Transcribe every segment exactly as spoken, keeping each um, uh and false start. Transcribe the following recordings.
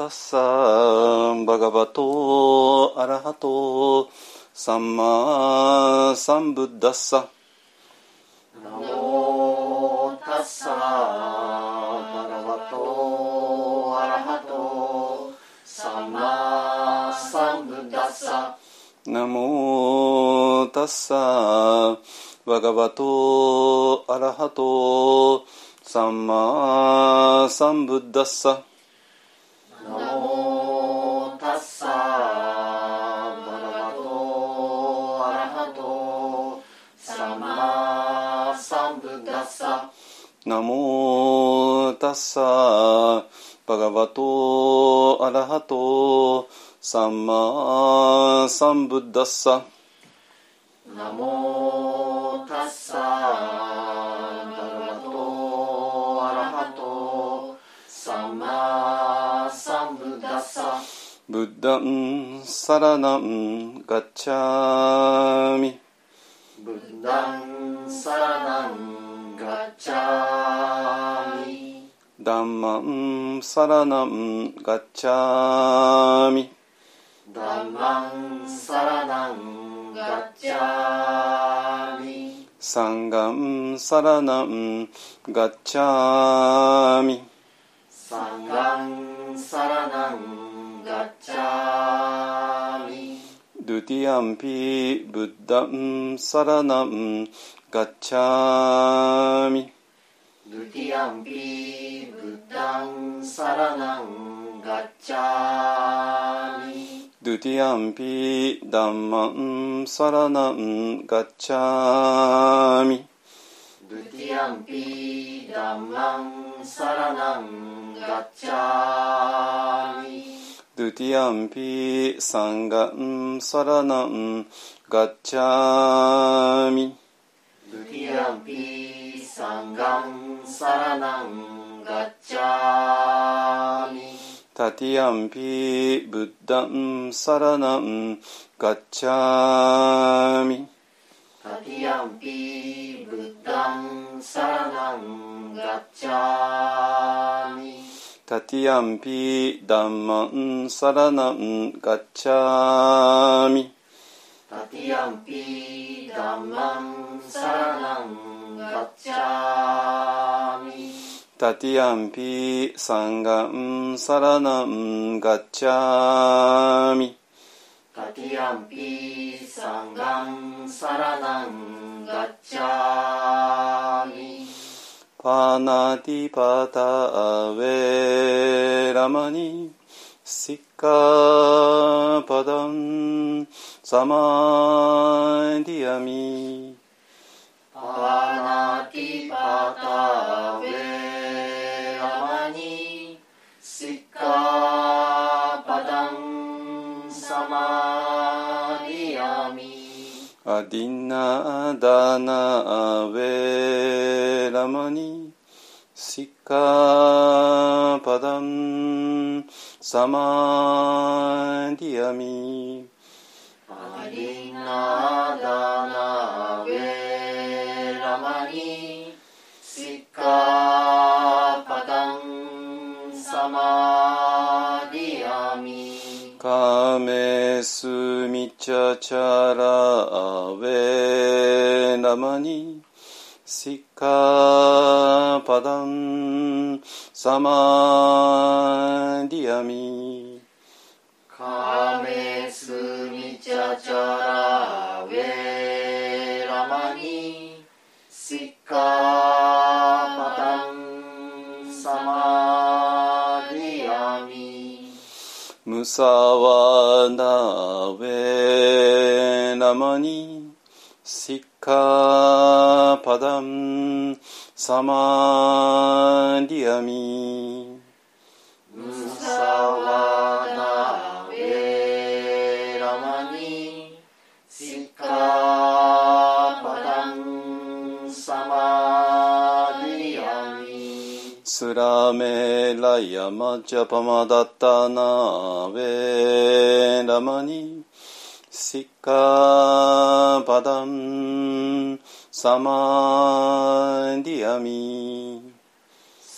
タッサーバガバトアラハトサンマサンブッダッサ。 ナモタッサバガバトアラハトサンマサンブッダッサ。 ナモタッサバガバトアラハトサンマサンブッダッサ。 ナモタッサバガバトアラハトサンマサンブッダッサ。 ナモタッサバガバトアラハトサンマサンブッダッサ。 ナモタッサバガバトアラハトサンマサンブッダッサ。 ブッダンサラナンガッチャミ。 ブッダンサラナンガッチャミ。 ダンマンサラナンガッチャミ。 ダンマンサラナンガッチャミ。 サンガンサラナンガッチャミ。 サンガンサラナンガッチャミ。 ドゥティアンピブッダンサラナンガッチャミ。 ドゥティアンピブッダンサラナンガッチャミ。 ドゥティアンピダンマンサラナンガッチャミ。 ドゥティアンピダンマンサラナンガッチャミ。 ドゥティアンピサンガンサラナンガッチャミ。 ドゥティアンピサンガンサラナンガッチャミ。 タティアンピブッダンサラナンガッチャミ。 タティアンピブッダンサラナンガッチャミ。 タティアンピダンマンサラナンガッチャミ。 タティアンピダンマンサラナンガッチャミ。 タティアンピサンガンサラナンガッチャミ。 タティアンピサンガンサラナンガッチャミ。 パナティパタアウェラマニシッカパダンサマディアミ。 パナティパタウェラマニシッカパダンサマディアミ。 アディナダナアウェラマニシッカパダンサマディアミ。 アディナダナウェラマニシッカパダンサマディアミ。 カメスミチャチャラアウェラマニシッカパダンサマディアミ。 カメスミチャチャラウェラマニシッカパダンサマディアミ。 ムサワナウェラマニシッカパダンサマディアミ。 ムサワナウェラマニシッカパダンサマディアミ。 スラメラヤマジャパマダタナウェラマニシッカパダンサマディアミ。 ス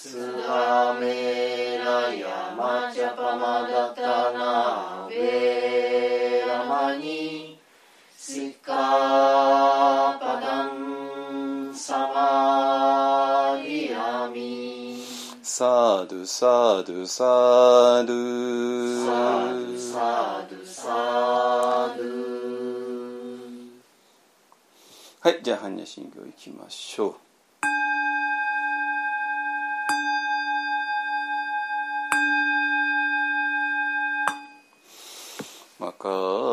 スガメラヤマチャパマダタナウェラマニシッカパダンサマディアミ。 サドゥサドゥサドゥサドゥサドゥサドゥ。 はい、じゃあ般若心経いきましょう。マカ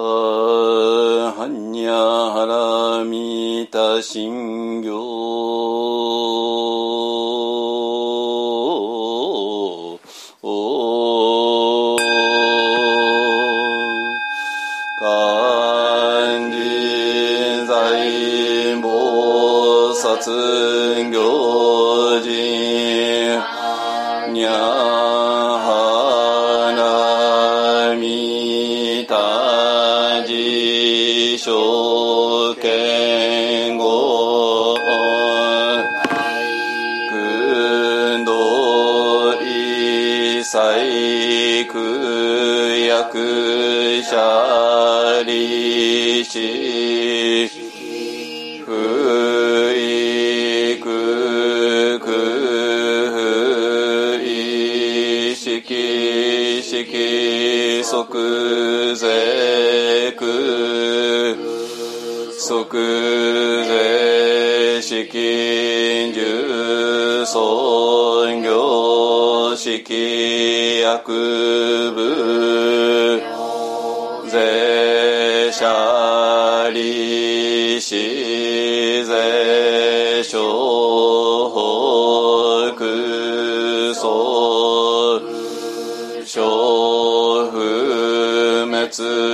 般若ハラミタ心経勧進財菩薩行人にゃはなみたじしょけんごくんどいさいくやくしゃりしふいくくふいしきしき即是く即是しき十尊行式薬部ぜしゃりしぜしょくそしょ不滅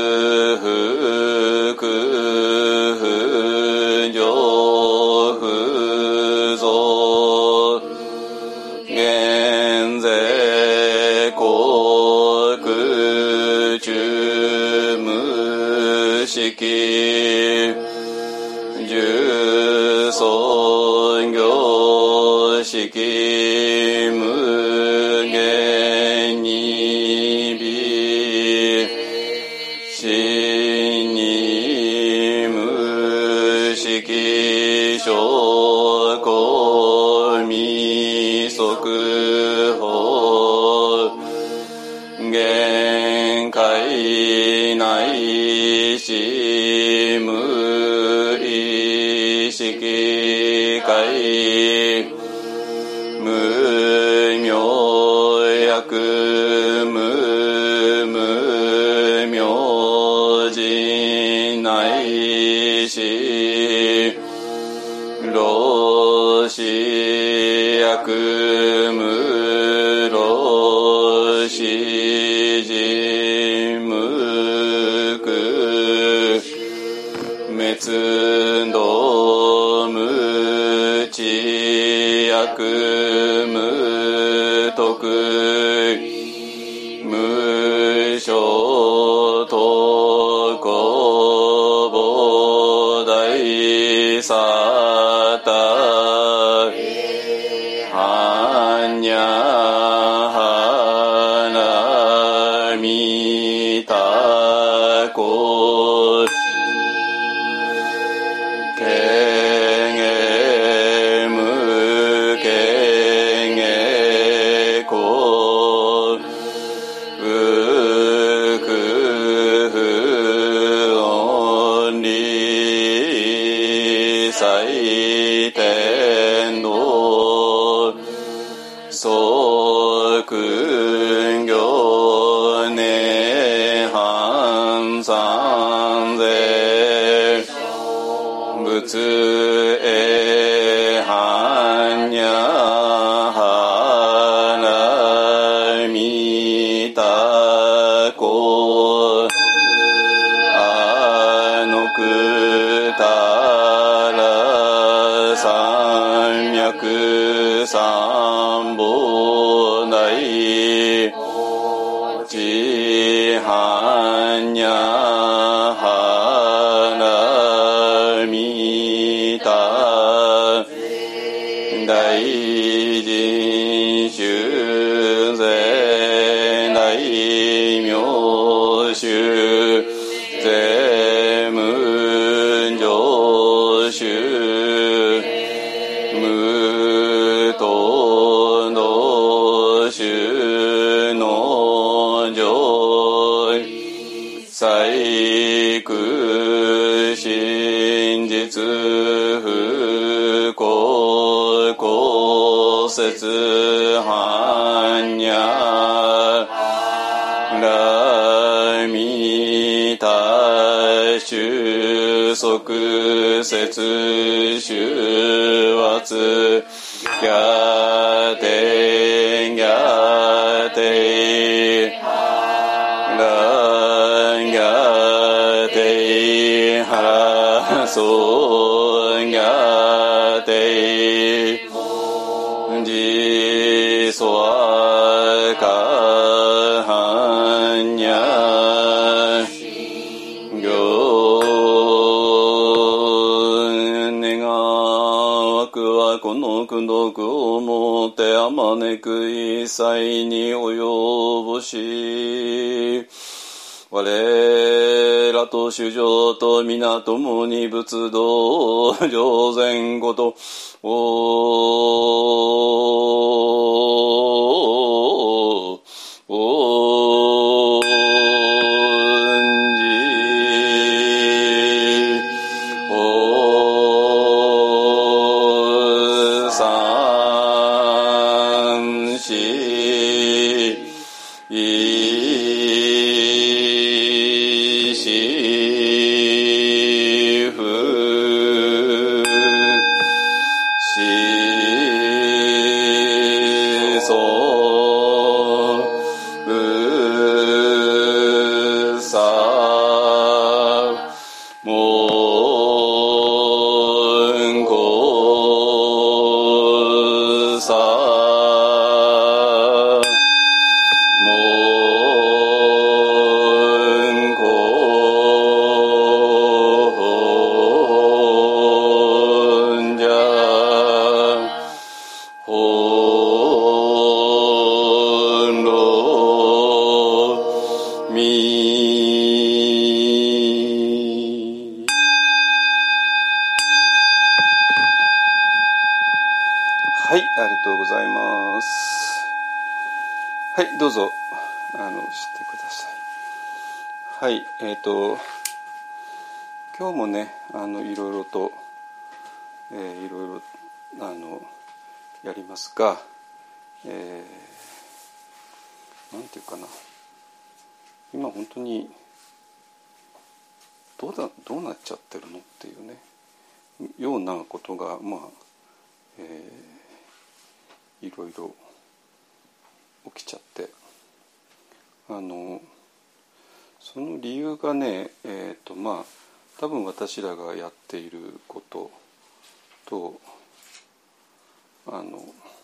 不空不上不増現世国中無式十尊行式無限にび死に無式証拠未速報限界内し無意識界無明薬無無明人内し老死薬無老死人無苦滅道無知薬無徳無所得菩提サータ般若花見たこけげむけげこうくふおんりさい天道即行涅槃三世仏へ般若花見たこあのくたら三脈三宝内ち般若花見た大臣衆税大名衆税無常衆無等の衆の上最空真実不公公説般若羅弥大収束説修圧伽天伽天蘭伽天原尊伽天自相加般若行願わくはこの功徳をもってあまねく一切に及ぼし我らと衆生と皆共に仏道上善語とおおどうぞあのしてください。はい、えっと今日もねあのいろいろと、えー、いろいろあのやりますが、えー、なんていうかな今本当にどうだどうなっちゃってるのっていうねようなことがまあ、えー、いろいろ起きちゃってあのその理由がねえっとまあ多分私らがやっていることとあの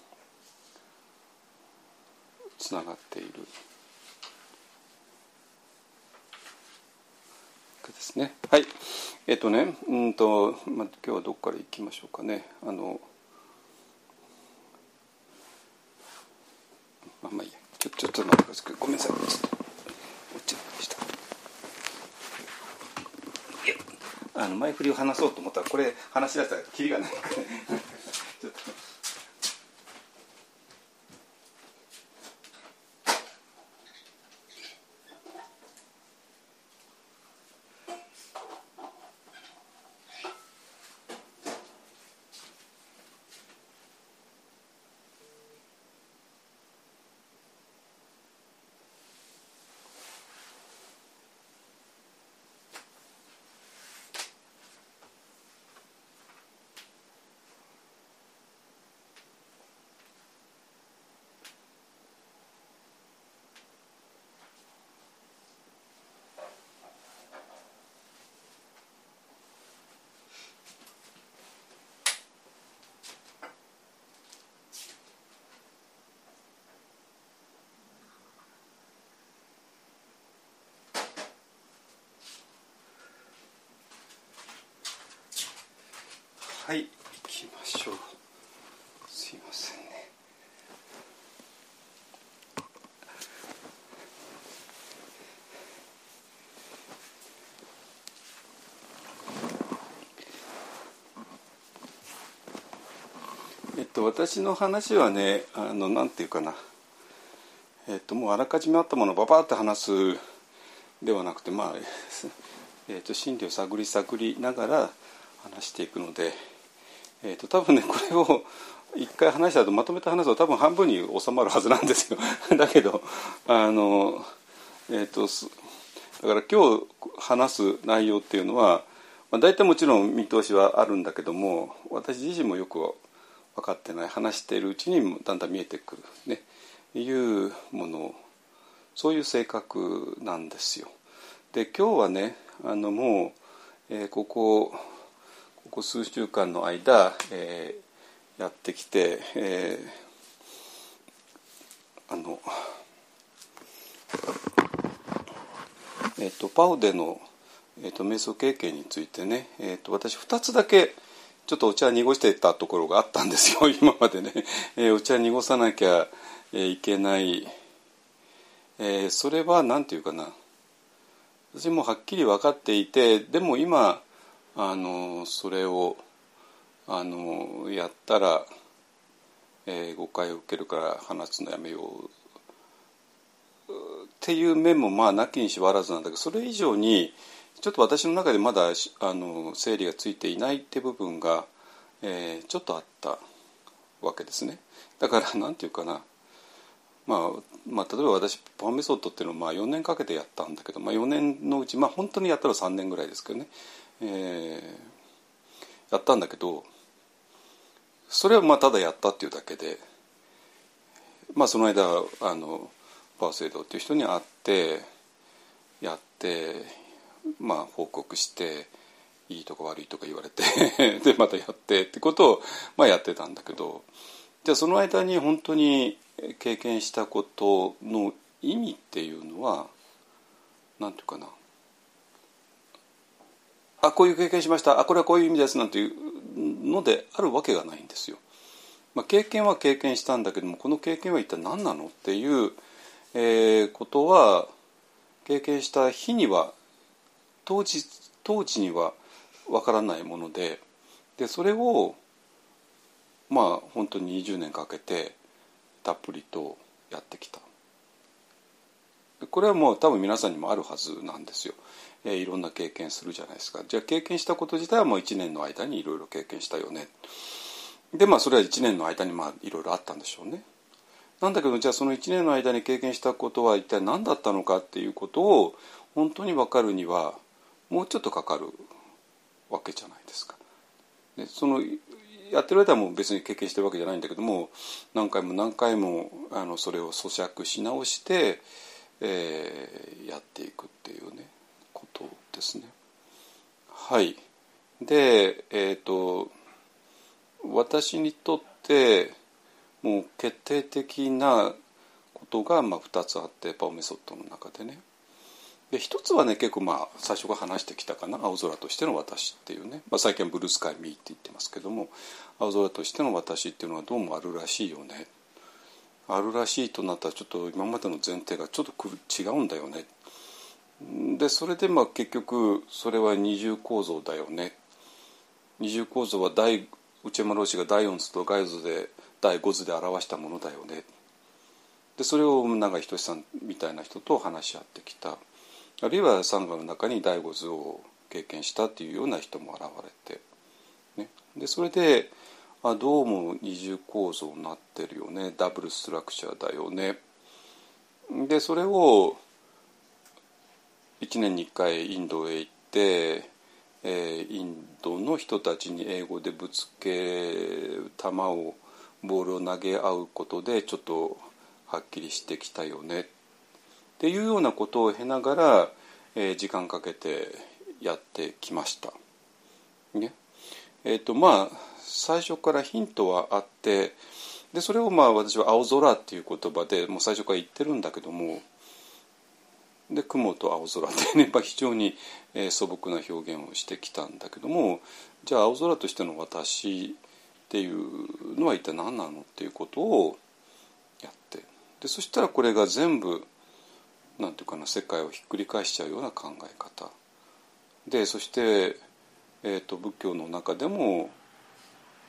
つながっているですね。はいえっとねうんと、まあ、今日はどこから行きましょうかねあのまあまあいいやちょちょっと待ってくださいごめんなさいちょっと落ちましたあの前振りを話そうと思ったらこれ話し出したらキリがないからねちょっとえっと、私の話はね、あのなんていうかな、えっと、もうあらかじめあったものをババーって話すではなくて、まあえっと、真理を探り探りながら話していくので、えっと、多分ねこれを一回話した後まとめて話すと多分半分に収まるはずなんですよだけどあの、えっと、だから今日話す内容っていうのは、まあ、大体もちろん見通しはあるんだけども、私自身もよく分かってない、話しているうちにだんだん見えてくる、ね、いうもの、そういう性格なんですよ。で今日はね、あのもう、えー、ここここ数週間の間、えー、やってきて、えー、あのえー、とパウデの、えー、と瞑想経験についてね、えー、と私ふたつだけちょっとお茶濁してたところがあったんですよ今までね、えー、お茶濁さなきゃいけない、えー、それは何て言うかな、私もはっきり分かっていて、でも今あのそれをあのやったら、えー、誤解を受けるから話すのやめようっていう面もまあなきにしもあらずなんだけど、それ以上にちょっと私の中でまだあの整理がついていないって部分が、えー、ちょっとあったわけですね。だからなんていうかな、まあまあ、例えば私パワーメソッドっていうのをまあよねんかけてやったんだけど、まあ、よねんのうち、まあ、本当にやったらさんねんぐらいですけどね、えー、やったんだけど、それはまあただやったっていうだけで、まあ、その間あのパワーセイドっていう人に会ってやって、まあ、報告していいとか悪いとか言われてでまたやってってことを、まあ、やってたんだけど、じゃあその間に本当に経験したことの意味っていうのは何ていうかな、あこういう経験しました、あこれはこういう意味ですなんていうのであるわけがないんですよ。まあ、経験は経験したんだけども、この経験は一体何なのっていう、えー、ことは経験した日には当時当時にはわからないもので、でそれをまあ本当ににじゅうねんかけてたっぷりとやってきた。これはもう多分皆さんにもあるはずなんですよ。えー、いろんな経験するじゃないですか。じゃあ経験したこと自体はもういちねんの間にいろいろ経験したよね。でまあそれはいちねんの間にまあいろいろあったんでしょうね。なんだけど、じゃあそのいちねんの間に経験したことは一体何だったのかっていうことを本当に分かるにはもうちょっとかかるわけじゃないですか。でそのやってる間はもう別に経験してるわけじゃないんだけども、何回も何回もあのそれを咀嚼し直して、えー、やっていくっていうねことですね。はい。でえっと私にとってもう決定的なことがまあふたつあって、パワーメソッドの中でね。でひとつはね結構まあ最初から話してきたかな、青空としての私っていうね、まあ、最近はブルースカイミーって言ってますけども、青空としての私っていうのはどうもあるらしいよね、あるらしいとなったらちょっと今までの前提がちょっと違うんだよね。でそれでまあ結局それは二重構造だよね。二重構造は大内山老師が第四図と外図で第五図で表したものだよね。でそれを永井仁さんみたいな人と話し合ってきた。あるいはサンガの中に第五図を経験したっていうような人も現れて、ね、でそれであどうも二重構造になってるよね、ダブルストラクチャーだよね。でそれをいちねんにいっかいインドへ行って、えー、インドの人たちに英語でぶつけ球をボールを投げ合うことでちょっとはっきりしてきたよねっていうようなことを経ながら、えー、時間かけてやってきました。ねえーとまあ、最初からヒントはあって、でそれをまあ私は青空っていう言葉でもう最初から言ってるんだけども、で雲と青空ってね、まあ、非常に、えー、素朴な表現をしてきたんだけども、じゃあ青空としての私っていうのは一体何なのっていうことをやって、でそしたらこれが全部なんていうかな、世界をひっくり返しちゃうような考え方で、そして、えーと、仏教の中でも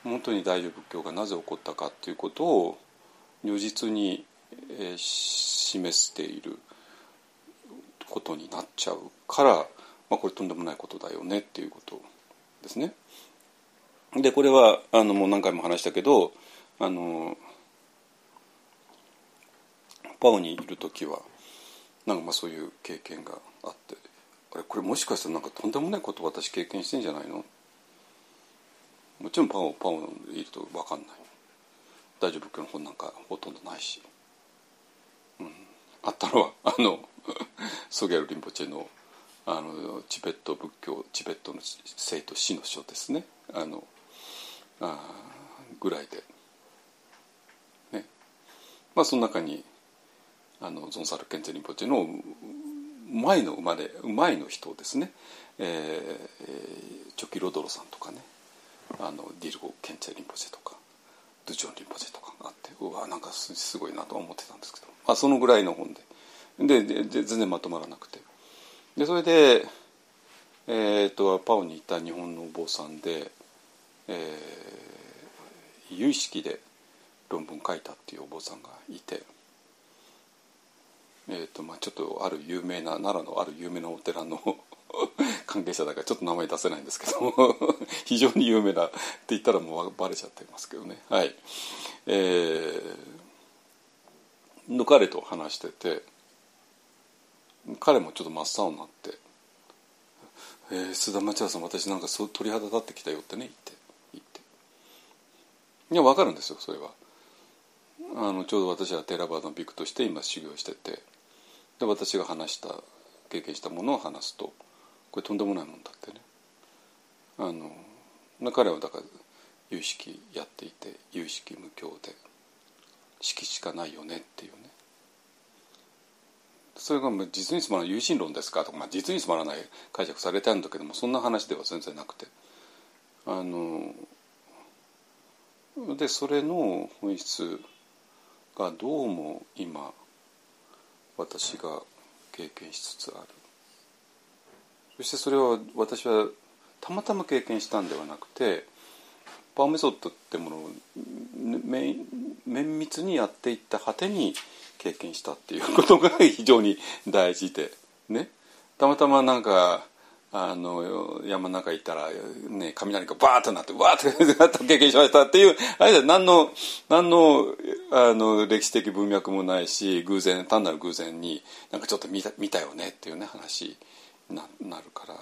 本当に大乗仏教がなぜ起こったかということを如実に、えー、示していることになっちゃうから、まあ、これとんでもないことだよねっていうことですね。でこれはあのもう何回も話したけど、あのパオにいる時はなんかまあそういう経験があって、あれこれもしかしたらなんかとんでもないことを私経験してんじゃないの。もちろんパオパオにいると分かんない。大乗仏教の本なんかほとんどないし、うん、あったのはあのソゲル・リンポチェのあのチベット仏教チベットの生と死の書ですね、あのあぐらいでね。まあその中にあのゾンサル・ケンツェ・リンポチェの前の生まれ前の人ですね、えー、チョキロドロさんとかね、あのディルゴ・ケンツェ・リンポチェとかドゥジョン・リンポチェとかがあって、うわなんかすごいなと思ってたんですけど、まあ、そのぐらいの本で で, で, で全然まとまらなくて、でそれで、えー、とパオにいた日本のお坊さんで、えー、有意識で論文書いたっていうお坊さんがいて、えーとまあ、ちょっとある有名な奈良のある有名なお寺の関係者だからちょっと名前出せないんですけど非常に有名なって言ったらもうバレちゃってますけどね、はい、えー、の彼と話してて、彼もちょっと真っ青になって「えー、須田町屋さん私なんかそう鳥肌立ってきたよ」ってね言って言っていや分かるんですよそれは。あのちょうど私はテラバーのビクとして今修行してて、で私が話した経験したものを話すとこれとんでもないもんだってね。あの彼はだから有意識やっていて有意識無境で識しかないよねっていうね。それが実につまらない有心論ですかとか、まあ、実につまらない解釈されたんだけどもそんな話では全然なくて、あのでそれの本質がどうも今私が経験しつつある。そしてそれは私はたまたま経験したんではなくてパオメソッドってものを綿密にやっていった果てに経験したっていうことが非常に大事でね。たまたまなんかあの山の中行ったら、ね、雷がバーッとなってバーッと経験しましたっていうあれで何の何のあの歴史的文脈もないし偶然単なる偶然になんかちょっと見た、見たよねっていうね話に な, なるから、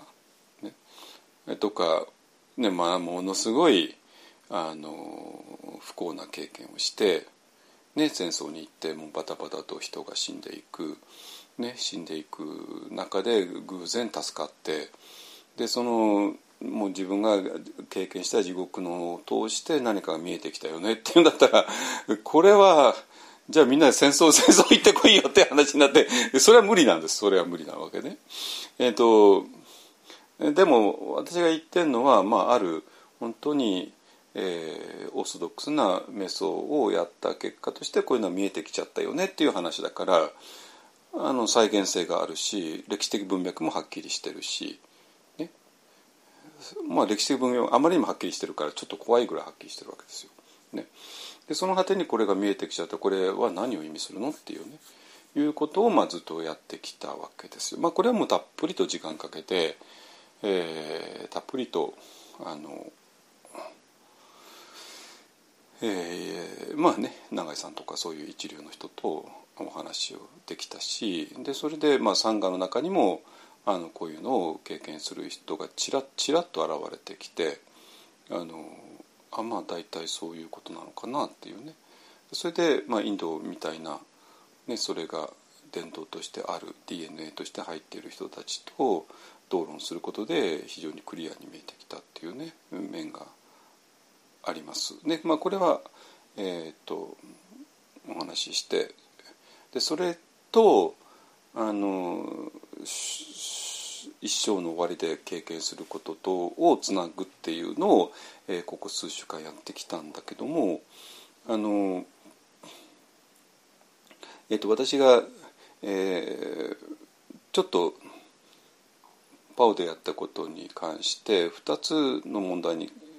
ね、とか、ねまあ、ものすごいあの不幸な経験をして、ね、戦争に行ってもうバタバタと人が死んでいく、ね、死んでいく中で偶然助かって、でそのもう自分が経験した地獄のを通して何かが見えてきたよねっていうんだったらこれはじゃあみんなで戦争戦争行ってこいよって話になって、それは無理なんです。それは無理なわけね。えーとでも私が言ってるのは、まあ、ある本当に、えー、オーソドックスな瞑想をやった結果としてこういうのは見えてきちゃったよねっていう話だから、あの再現性があるし歴史的文脈もはっきりしてるし、ね、まあ歴史的文脈あまりにもはっきりしてるからちょっと怖いぐらいはっきりしてるわけですよ。ね、でその果てにこれが見えてきちゃってこれは何を意味するのっていうねいうことをまあずっとやってきたわけですよ。まあ、これはもうたっぷりと時間かけて、えー、たっぷりとあの、えー、まあね永井さんとかそういう一流の人とお話をできたし、でそれでまあサンガの中にもあのこういうのを経験する人がちらちらっと現れてきて、あのあまあ大体そういうことなのかなっていうね。それで、まあ、インドみたいな、ね、それが伝統としてある ディーエヌエー として入っている人たちと討論することで非常にクリアに見えてきたっていうね面があります。で、まあ、これは、えー、っとお話しして、でそれとあの一生の終わりで経験することとをつなぐっていうのを、えー、ここ数週間やってきたんだけども、あの、えー、と私が、えー、ちょっとパオでやったことに関してふたつの問題に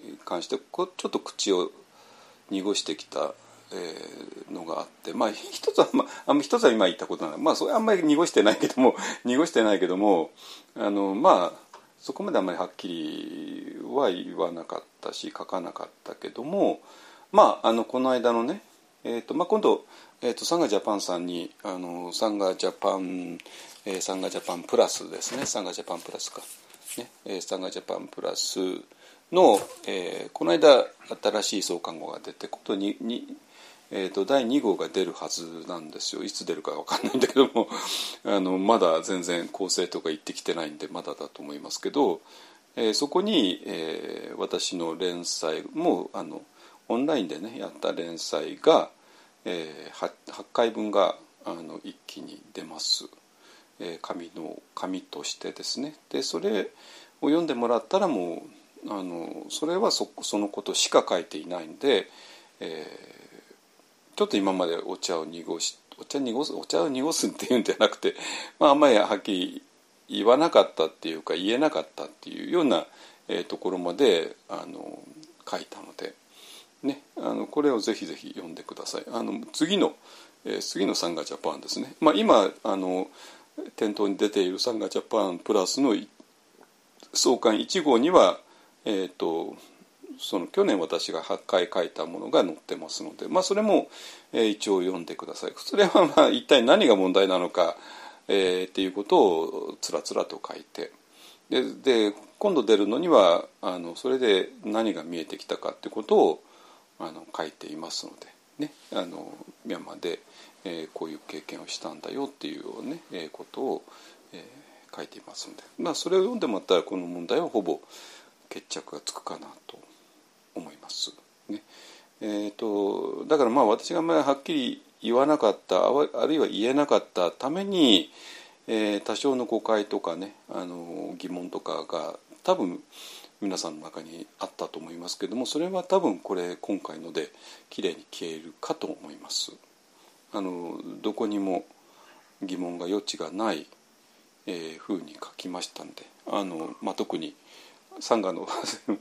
関してこちょっと口を濁してきた、えー、のがあって、まあ一つは、まあ、あんま一つは今言ったことない、まあそれあんまり濁してないけども濁してないけどもあのまあそこまであんまりはっきりは言わなかったし書かなかったけども、まああのこの間のね、えーとまあ、今度、えーと、サンガジャパンさんにあのサンガジャパン、えー、サンガジャパンプラスですね、サンガジャパンプラスか、ねえー、サンガジャパンプラスの、えー、この間新しい創刊号が出て今度ににえー、とだいに号が出るはずなんですよ。いつ出るか分かんないんだけどもあのまだ全然構成とか言ってきてないんでまだだと思いますけど、えー、そこに、えー、私の連載もあのオンラインでねやった連載が、えー、はちかいぶんがあの一気に出ます、えー、紙の紙としてですね。でそれを読んでもらったらもうあのそれは そ, そのことしか書いていないんで、えーちょっと今までお茶を濁しお茶濁すお茶を濁すっていうんじゃなくて、まあ、あんまりはっきり言わなかったっていうか言えなかったっていうような、えー、ところまであの書いたので、ね、あのこれをぜひぜひ読んでください。あの次の、えー、次のサンガジャパンですね、まあ、今あの店頭に出ているサンガジャパンプラスの創刊いち号にはえっ、ー、とその去年私がはちかい書いたものが載ってますので、まあ、それも、えー、一応読んでください。それはまあ一体何が問題なのか、えー、っていうことをつらつらと書いて で, で今度出るのにはあのそれで何が見えてきたかっていうことをあの書いていますので、ね、あのミャンマーで、えー、こういう経験をしたんだよっていう、ねえー、ことを、えー、書いていますので、まあ、それを読んでもらったらこの問題はほぼ決着がつくかなと思います、ねえー、とだからまあ私がまあはっきり言わなかったあるいは言えなかったために、えー、多少の誤解とかねあの疑問とかが多分皆さんの中にあったと思いますけども、それは多分これ今回のできれいに消えるかと思います。あのどこにも疑問が余地がない、えー、風に書きましたんで、あの、まあ、特にサンガの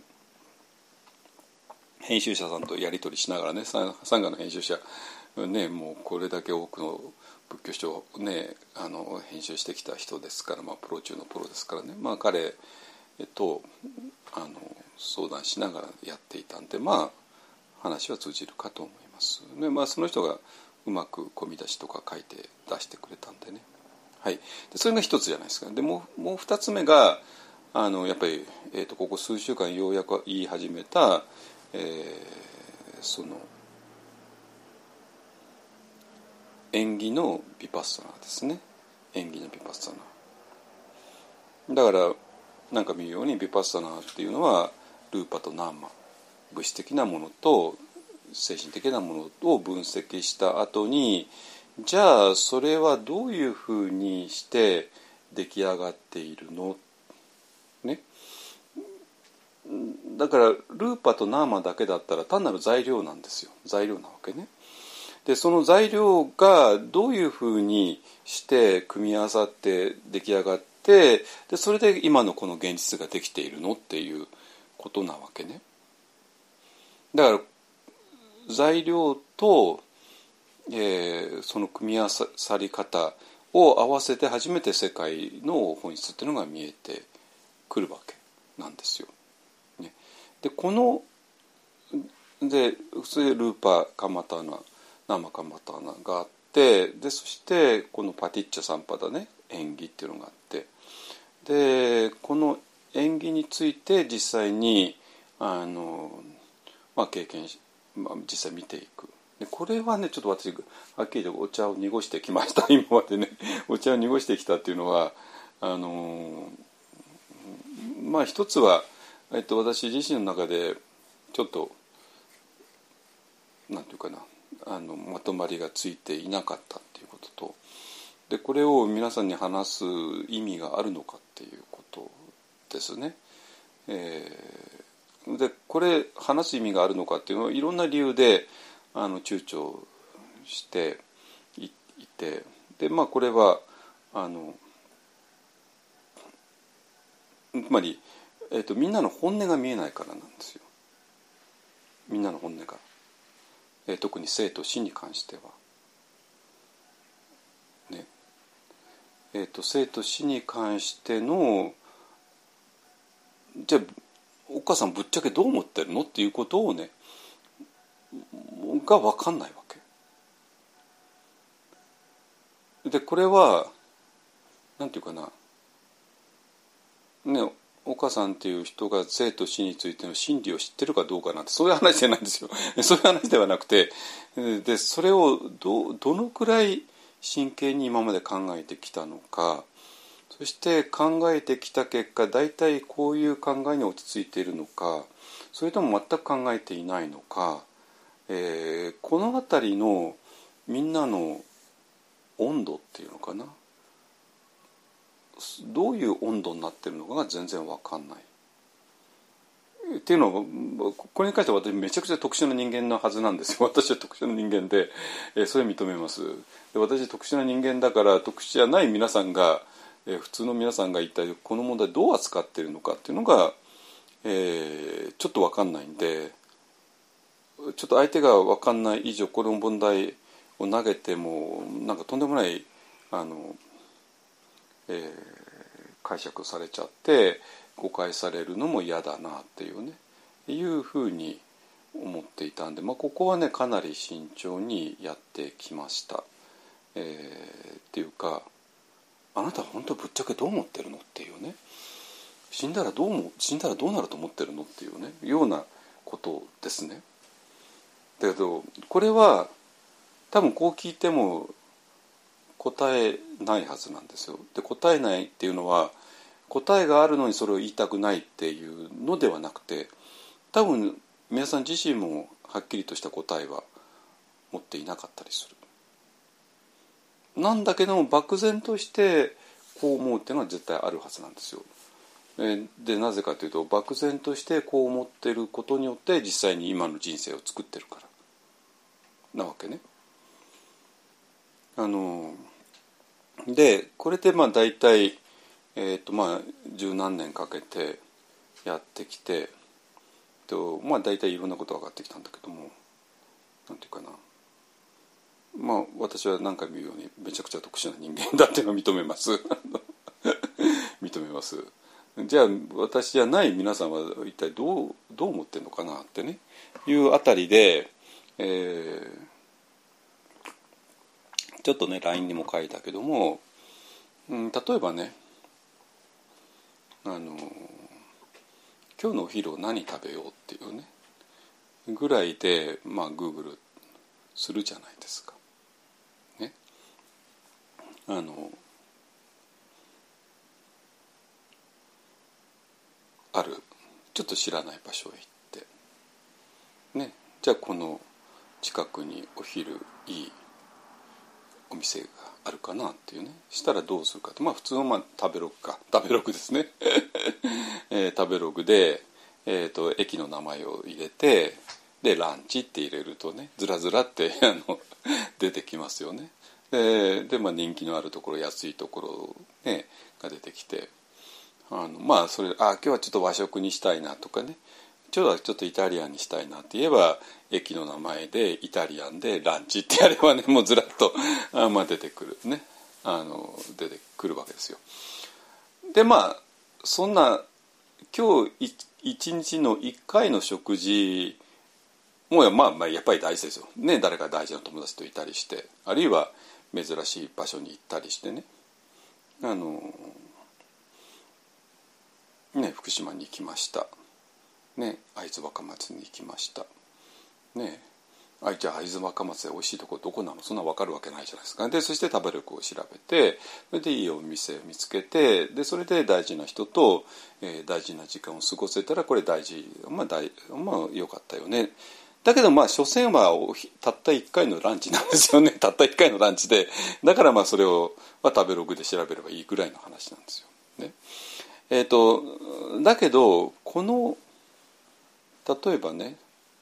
編集者さんとやり取りしながらね、サンガの編集者ね、もうこれだけ多くの仏教書をねあの編集してきた人ですから、まあ、プロ中のプロですからね、まあ、彼とあの相談しながらやっていたんで、まあ話は通じるかと思います。で、まあ、その人がうまく込み出しとか書いて出してくれたんでね、はい、でそれが一つじゃないですか。でもう、もう二つ目があのやっぱり、えーと、ここ数週間ようやく言い始めたえー、その縁起のヴィパッサナーですね。縁起のヴィパッサナーだからなんか見るようにヴィパッサナーっていうのはルーパとナーマ、物質的なものと精神的なものを分析した後に、じゃあそれはどういうふうにして出来上がっているのね。だからルーパとナーマだけだったら単なる材料なんですよ。材料なわけね。でその材料がどういうふうにして組み合わさって出来上がって、でそれで今のこの現実ができているのっていうことなわけね。だから材料と、えー、その組み合わさり方を合わせて初めて世界の本質っていうのが見えてくるわけなんですよ。でこので普通ルーパカマターナナーマカマターナがあって、でそしてこのパティッチャサンパダね、縁起っていうのがあって、でこの縁起について実際にあの、まあ、経験し、まあ、実際見ていく。でこれはねちょっと私はっきり言ってお茶を濁してきました今までねお茶を濁してきたっていうのはあのまあ一つはえっと、私自身の中でちょっとなんていうかなあのまとまりがついていなかったっていうことと、でこれを皆さんに話す意味があるのかっていうことですね。えー、でこれ話す意味があるのかっていうのはいろんな理由であの躊躇していて、でまあこれはあのつまりえー、とみんなの本音が見えないからなんですよ。 みんなの本音が、えー、特に生と死に関してはね、えーと、生と死に関してのじゃあお母さんぶっちゃけどう思ってるのっていうことをねが分かんないわけで、これはなんていうかなね、お母さんっていう人が生と死についての真理を知ってるかどうかなんてそういう話じゃないんですよそういう話ではなくて、でそれを ど, どのくらい真剣に今まで考えてきたのか、そして考えてきた結果大体こういう考えに落ち着いているのか、それとも全く考えていないのか、えー、この辺りのみんなの温度っていうのかな、どういう温度になってるのかが全然わかんないっていうのは、これに関しては私めちゃくちゃ特殊な人間のはずなんですよ。私は特殊な人間で、えー、それ認めます。で、私特殊な人間だから特殊じゃない皆さんが、えー、普通の皆さんが一体この問題どう扱っているのかっていうのが、えー、ちょっとわかんないんで、ちょっと相手がわかんない以上この問題を投げてもなんかとんでもないあの、えー、解釈されちゃって誤解されるのも嫌だなっていうねいうふうに思っていたんで、まあ、ここはねかなり慎重にやってきました。えー、っていうか、あなたは本当ぶっちゃけどう思ってるのっていうね、死んだらどうも死んだらどうなると思ってるのっていうねようなことですね。だけどこれは多分こう聞いても答えないはずなんですよ。で答えないっていうのは答えがあるのにそれを言いたくないっていうのではなくて、多分皆さん自身もはっきりとした答えは持っていなかったりする。なんだけども漠然としてこう思うっていうのは絶対あるはずなんですよ。でなぜかというと漠然としてこう思っていることによって実際に今の人生を作ってるからなわけね。あのでこれでまあ大体えーとまあ十何年かけてやってきて、とまあ大体いろんなことが分かってきたんだけども、なんていうかな、まあ私は何回も言うようにめちゃくちゃ特殊な人間だっていうのを認めます認めます。じゃあ私じゃない皆さんは一体どうどう思ってるのかなってねいうあたりで、えー、ちょっとね ライン にも書いたけども、うん、例えばね、あの今日のお昼を何食べようっていうねぐらいでまあ Google するじゃないですか。ね、あのあるちょっと知らない場所へ行ってね、じゃあこの近くにお昼いいお店があるかなっていうね、したらどうするかと、まあ普通のまあ食べログか食べログですね、えー、食べログで、えー、と駅の名前を入れてでランチって入れるとねずらずらってあの出てきますよね。で, で、まあ、人気のあるところ安いところ、ね、が出てきて、あのまあそれあ今日はちょっと和食にしたいなとかね、今日はちょっとイタリアンにしたいなって言えば駅の名前でイタリアンでランチってやればねもうずらっとあ、まあ、出てくるね、あの出てくるわけですよ。でまあそんな今日一日のいっかいの食事もうまあまあやっぱり大事ですよね。誰か大事な友達といたりして、あるいは珍しい場所に行ったりしてね、あのね福島に行きましたね、会津若松に行きましたね。あじゃあ会津若松で美味しいところどこなの、そんな分かるわけないじゃないですか。でそして食べ力を調べて、それでいいお店を見つけて、でそれで大事な人と、えー、大事な時間を過ごせたらこれ大事、まあ大まあ良かったよね。だけどまあ所詮はたったいっかいのランチなんですよねたったいっかいのランチで、だからまあそれを、まあ、食べログで調べればいいぐらいの話なんですよね。えーとだけどこの例えばね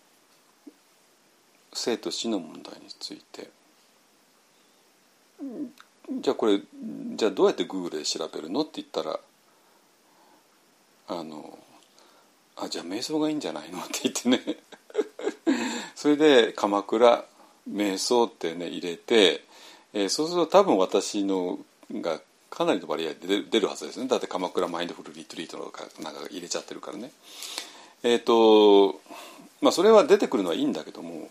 生と死の問題について、じゃあこれじゃあどうやって Google で調べるのって言ったら、あのあじゃあ瞑想がいいんじゃないのって言ってねそれで鎌倉瞑想ってね入れて、えー、そうすると多分私のがかなりの割合で出るはずですね。だって鎌倉マインドフルリトリートとかなんか入れちゃってるからね。えっとまあそれは出てくるのはいいんだけども、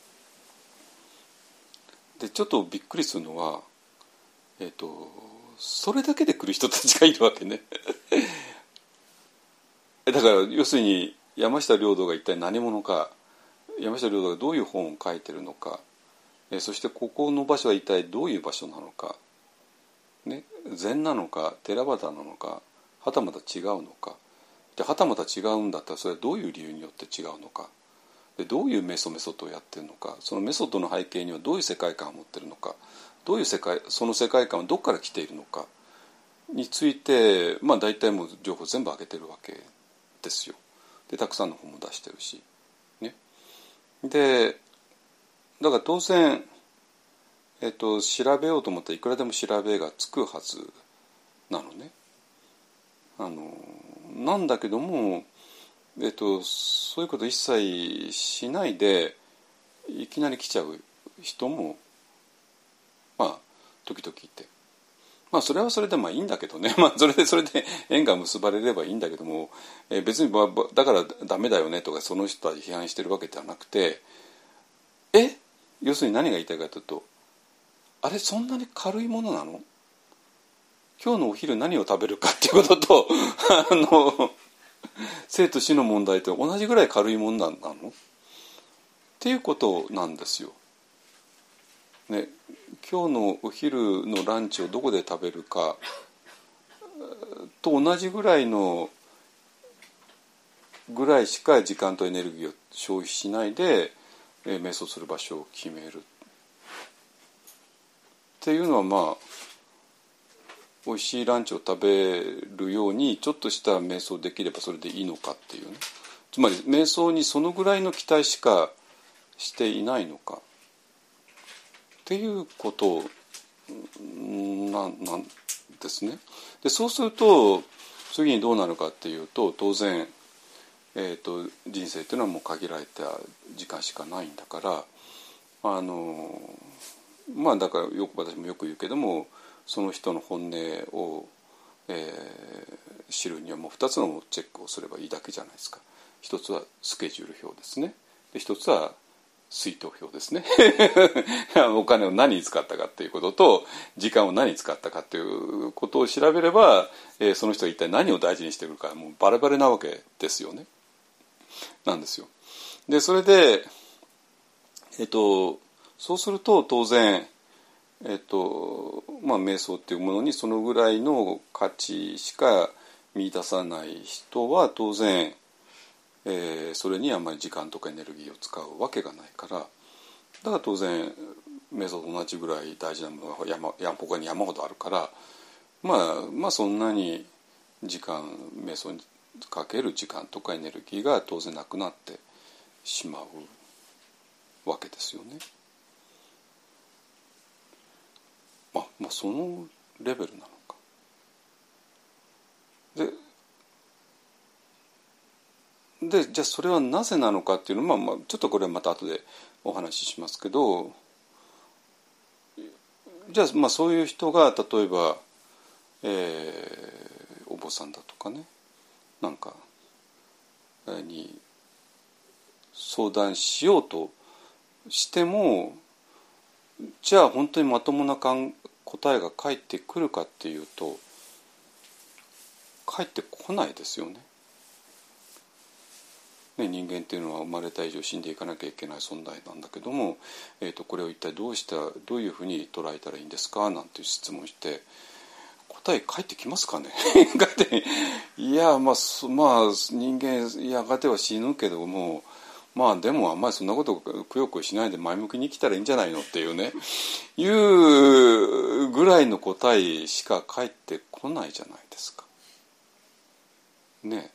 でちょっとびっくりするのは、えっとそれだけで来る人たちがいるわけね。だから要するに山下良道が一体何者か、山下良道がどういう本を書いてるのか、えそしてここの場所は一体どういう場所なのか、ね、禅なのか寺端なのかはたまた違うのかで、はたまた違うんだったらそれはどういう理由によって違うのかで、どういうメソメソッドをやってるのか、そのメソッドの背景にはどういう世界観を持ってるのか、どういう世界、その世界観はどこから来ているのかについて、まあ大体もう情報全部上げてるわけですよ。でたくさんの本も出してるし、ね、でだから当然、えっと、調べようと思ったらいくらでも調べがつくはずなのね。あのなんだけども、えっと、そういうこと一切しないでいきなり来ちゃう人もまあ時々いて、まあそれはそれでまあいいんだけどね、まあそれでそれで縁が結ばれればいいんだけども、えー、別にだからダメだよねとかその人は批判してるわけではなくて、え要するに何が言いたいかというと、あれそんなに軽いものなの？今日のお昼何を食べるかっていうこととあの生と死の問題と同じぐらい軽いものなのっていうことなんですよ。ね、今日のお昼のランチをどこで食べるかと同じぐらいのぐらいしか時間とエネルギーを消費しないで、えー、瞑想する場所を決めるっていうのは、まあ美味しいランチを食べるようにちょっとした瞑想できればそれでいいのかっていうね、つまり瞑想にそのぐらいの期待しかしていないのかっていうことな、なんですね。でそうすると次にどうなるかっていうと、当然、えーと、人生っていうのはもう限られた時間しかないんだから、あのまあだからよく私もよく言うけども、その人の本音を、えー、知るにはもうふたつのチェックをすればいいだけじゃないですか。一つはスケジュール表ですね。で一つは水筒表ですねお金を何に使ったかっていうことと時間を何に使ったかっていうことを調べれば、えー、その人が一体何を大事にしてるかもうバレバレなわけですよね。なんですよ。でそれでえっとそうすると当然えっとまあ瞑想っていうものにそのぐらいの価値しか見出さない人は当然えー、それにあんまり時間とかエネルギーを使うわけがないから、だから当然瞑想と同じぐらい大事なものが山他に山ほどあるから、まあまあそんなに時間瞑想にかける時間とかエネルギーが当然なくなってしまうわけですよね。あ、まあそのレベルなのか。ででじゃあそれはなぜなのかっていうのは、まあ、まあちょっとこれはまた後でお話ししますけど、じゃあまあそういう人が例えば、えー、お坊さんだとかねなんかに相談しようとしても、じゃあ本当にまともな答えが返ってくるかっていうと返ってこないですよね。ね、人間っていうのは生まれた以上死んでいかなきゃいけない存在なんだけども、えーと、これを一体どうしたどういうふうに捉えたらいいんですかなんていう質問して答え返ってきますかねいやまあ、まあ、人間やがては死ぬけどもまあでもあんまりそんなことくよくよしないで前向きに生きたらいいんじゃないのっていうねいうぐらいの答えしか返ってこないじゃないですかね。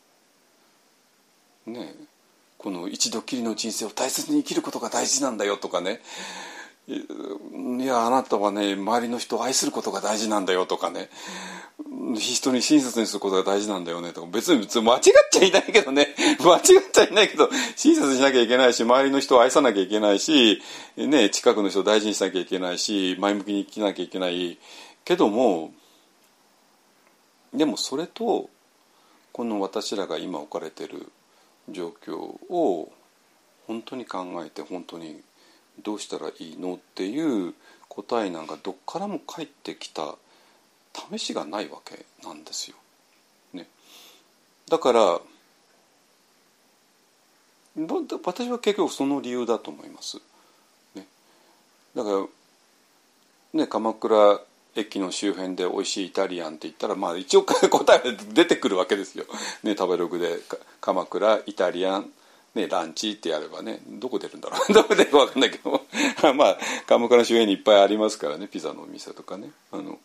ね、この一度きりの人生を大切に生きることが大事なんだよとかね、いやあなたはね周りの人を愛することが大事なんだよとかね、 人に親切にすることが大事なんだよねとか、別に間違っちゃいないけどね間違っちゃいないけど親切にしなきゃいけないし、周りの人を愛さなきゃいけないし、ね、近くの人を大事にしなきゃいけないし、前向きに生きなきゃいけないけども、でもそれとこの私らが今置かれている状況を本当に考えて、本当にどうしたらいいのっていう答えなんかどっからも返ってきた試しがないわけなんですよ、ね、だから私は結局その理由だと思います、ね、だからね、鎌倉駅の周辺で美味しいイタリアンって言ったら、まあ一応答えが出てくるわけですよ、ね、食べログで鎌倉イタリアン、ね、ランチってやればね、どこ出るんだろうどこ出るか分かんないけどまあ鎌倉周辺にいっぱいありますからね、ピザのお店とかね、あの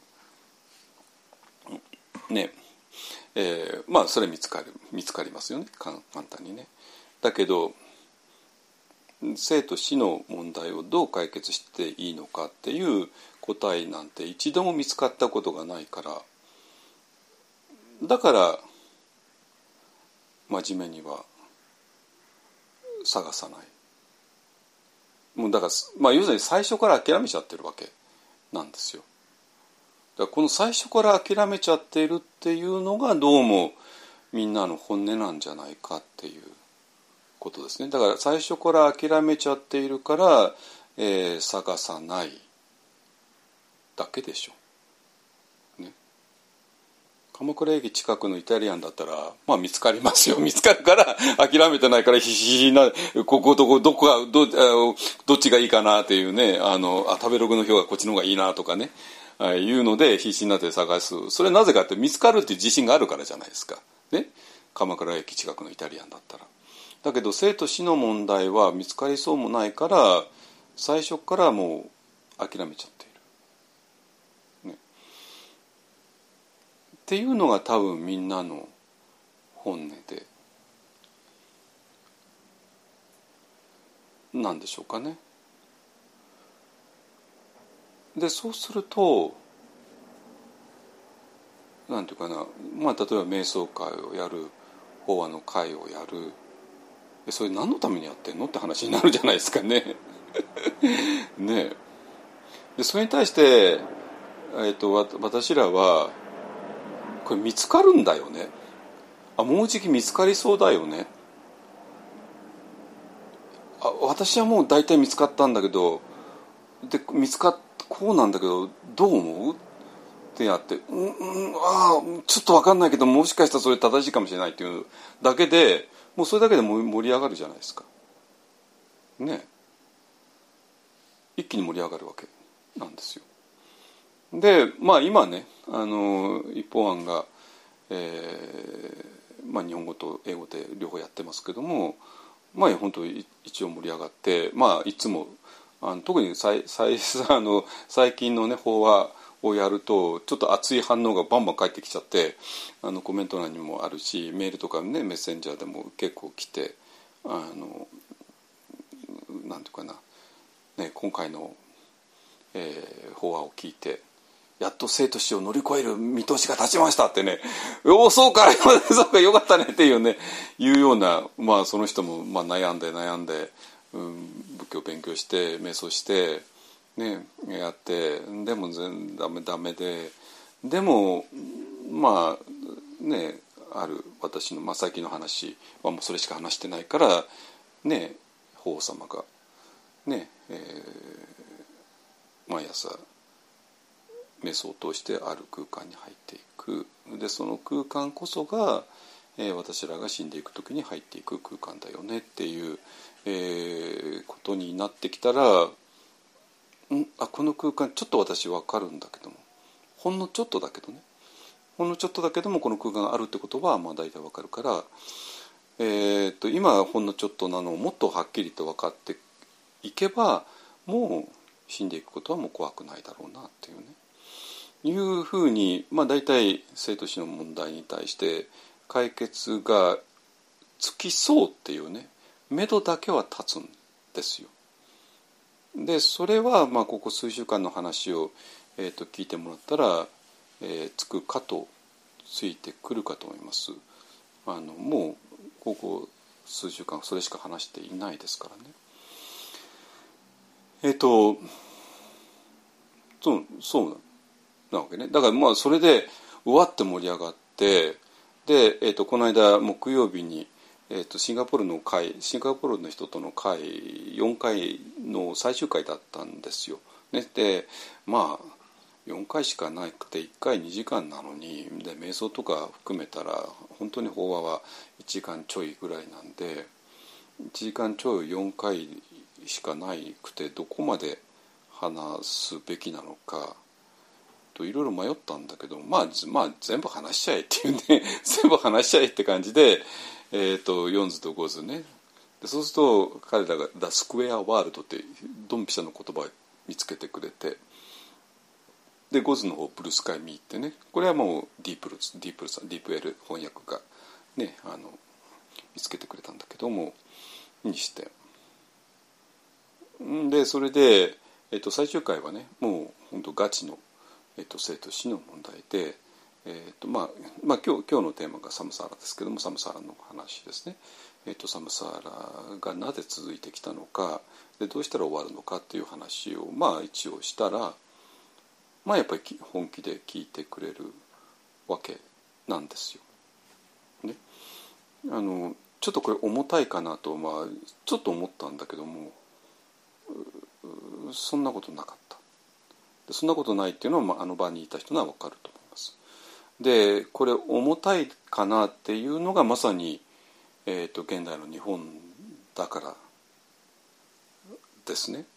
ねえー、まあそれ見つかる見つかりますよね、簡単にね。だけど生と死の問題をどう解決していいのかっていう答えなんて一度も見つかったことがないから、だから真面目には探さない。もうだから、まあ、要するに最初から諦めちゃってるわけなんですよ。だからこの最初から諦めちゃっているっていうのがどうもみんなの本音なんじゃないかっていうことですね。だから最初から諦めちゃっているから、えー、探さないだけでしょ、ね、鎌倉駅近くのイタリアンだったら、まあ、見つかりますよ。見つかるから諦めてないから必死な、ここどこどこが ど, どっちがいいかなっていうね、あのあ食べログの表がこっちの方がいいなとかね、いうので必死になって探す。それなぜかって見つかるっていう自信があるからじゃないですか、ね、鎌倉駅近くのイタリアンだったら。だけど生と死の問題は見つかりそうもないから、最初からもう諦めちゃっている、ね、っていうのが多分みんなの本音でなんでしょうかね。でそうするとなんていうかな、まあ例えば瞑想会をやる、法話の会をやる、それ何のためにやってんのって話になるじゃないですかねねえ。でそれに対して、えー、と私らはこれ見つかるんだよね、あもうじき見つかりそうだよね、あ私はもう大体見つかったんだけど、で見つかっこうなんだけどどう思うってやって、うん、うん、ああちょっと分かんないけどもしかしたらそれ正しいかもしれないっていうだけでもうそれだけで盛り上がるじゃないですかね。一気に盛り上がるわけなんですよ。でまあ今ね、あの一方案が、えーまあ、日本語と英語で両方やってますけども、まあ本当に一応盛り上がって、まあいつもあの特にさいさいあの最近のね法話をやるとちょっと熱い反応がバンバン返ってきちゃって、あのコメント欄にもあるしメールとかねメッセンジャーでも結構来て、あのなんていうかな、ね、今回の、えー、法話を聞いてやっと生と死を乗り越える見通しが立ちましたってね、おおそうかそうかよかったねっていうねいうような、まあその人もまあ悩んで悩んで、うん、仏教を勉強して瞑想してねやってでも全然ダメダメで、でもまあねある私の、まあ、最近の話はもうそれしか話してないからね、法皇様がね、えー、毎朝瞑想を通してある空間に入っていく。でその空間こそが、えー、私らが死んでいく時に入っていく空間だよねっていう、えー、ことになってきたら、んあこの空間ちょっと私分かるんだけども、ほんのちょっとだけどねほんのちょっとだけどもこの空間があるってことはまあ大体分かるから、えー、と今ほんのちょっとなのをもっとはっきりと分かっていけばもう死んでいくことはもう怖くないだろうなっていうねいうふうに、まあ、大体生と死の問題に対して解決がつきそうっていうね目処だけは立つんですよ。でそれはまあここ数週間の話を、えー、と聞いてもらったら、ええー、つくかとついてくるかと思います。あのもうここ数週間それしか話していないですからね。えっとそうそうなわけね。だからまあそれでうわって盛り上がって、で、えっとこの間木曜日に、えっとシンガポールの会シンガポールの人との会よんかいの最終回だったんですよ。ね、でまあよんかいしかなくていっかいにじかんなのに、で瞑想とか含めたら本当に法話はいちじかんちょいぐらいなんで、いちじかんちょいよんかいしかないくてどこまで話すべきなのかといろいろ迷ったんだけど、まあ、まあ全部話しちゃえっていうね全部話しちゃえって感じで、えー、とよん図とご図ね。でそうすると彼らが「The Square World」ってドンピシャの言葉を見つけてくれて、でご図の方「ブルースカイミー」ってね、これはもうディープルディープルさんディープ L 翻訳がねあの見つけてくれたんだけどもにして、でそれで、えっと、最終回はねもう本当ガチの、えっと、生と死の問題で、えっとまあまあ、今日今日のテーマがサムサーラですけども、サムサーラの話ですね。えっと、サムサーラがなぜ続いてきたのかでどうしたら終わるのかっていう話をまあ一応したら、まあやっぱり本気で聞いてくれるわけなんですよ。ね、あのちょっとこれ重たいかなと、まあ、ちょっと思ったんだけども、そんなことなかった。でそんなことないっていうのは、まあ、あの場にいた人には分かると思います。でこれ重たいかなっていうのがまさに、えーと、現代の日本だからですね。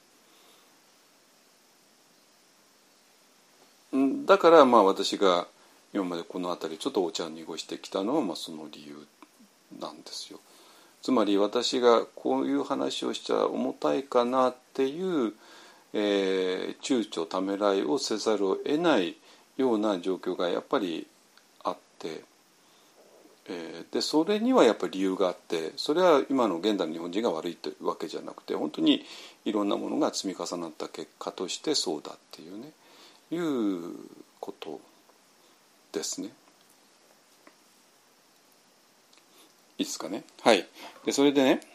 だからまあ私が今までこの辺りちょっとお茶を濁してきたのは、まあ、その理由なんですよ。つまり私がこういう話をしちゃ重たいかなっていう、えー、躊躇ためらいをせざるを得ないような状況がやっぱりあって、えー、でそれにはやっぱり理由があって、それは今の現代の日本人が悪いというわけじゃなくて、本当にいろんなものが積み重なった結果としてそうだっていうねいうことですね。いいですかね。はい。でそれでね、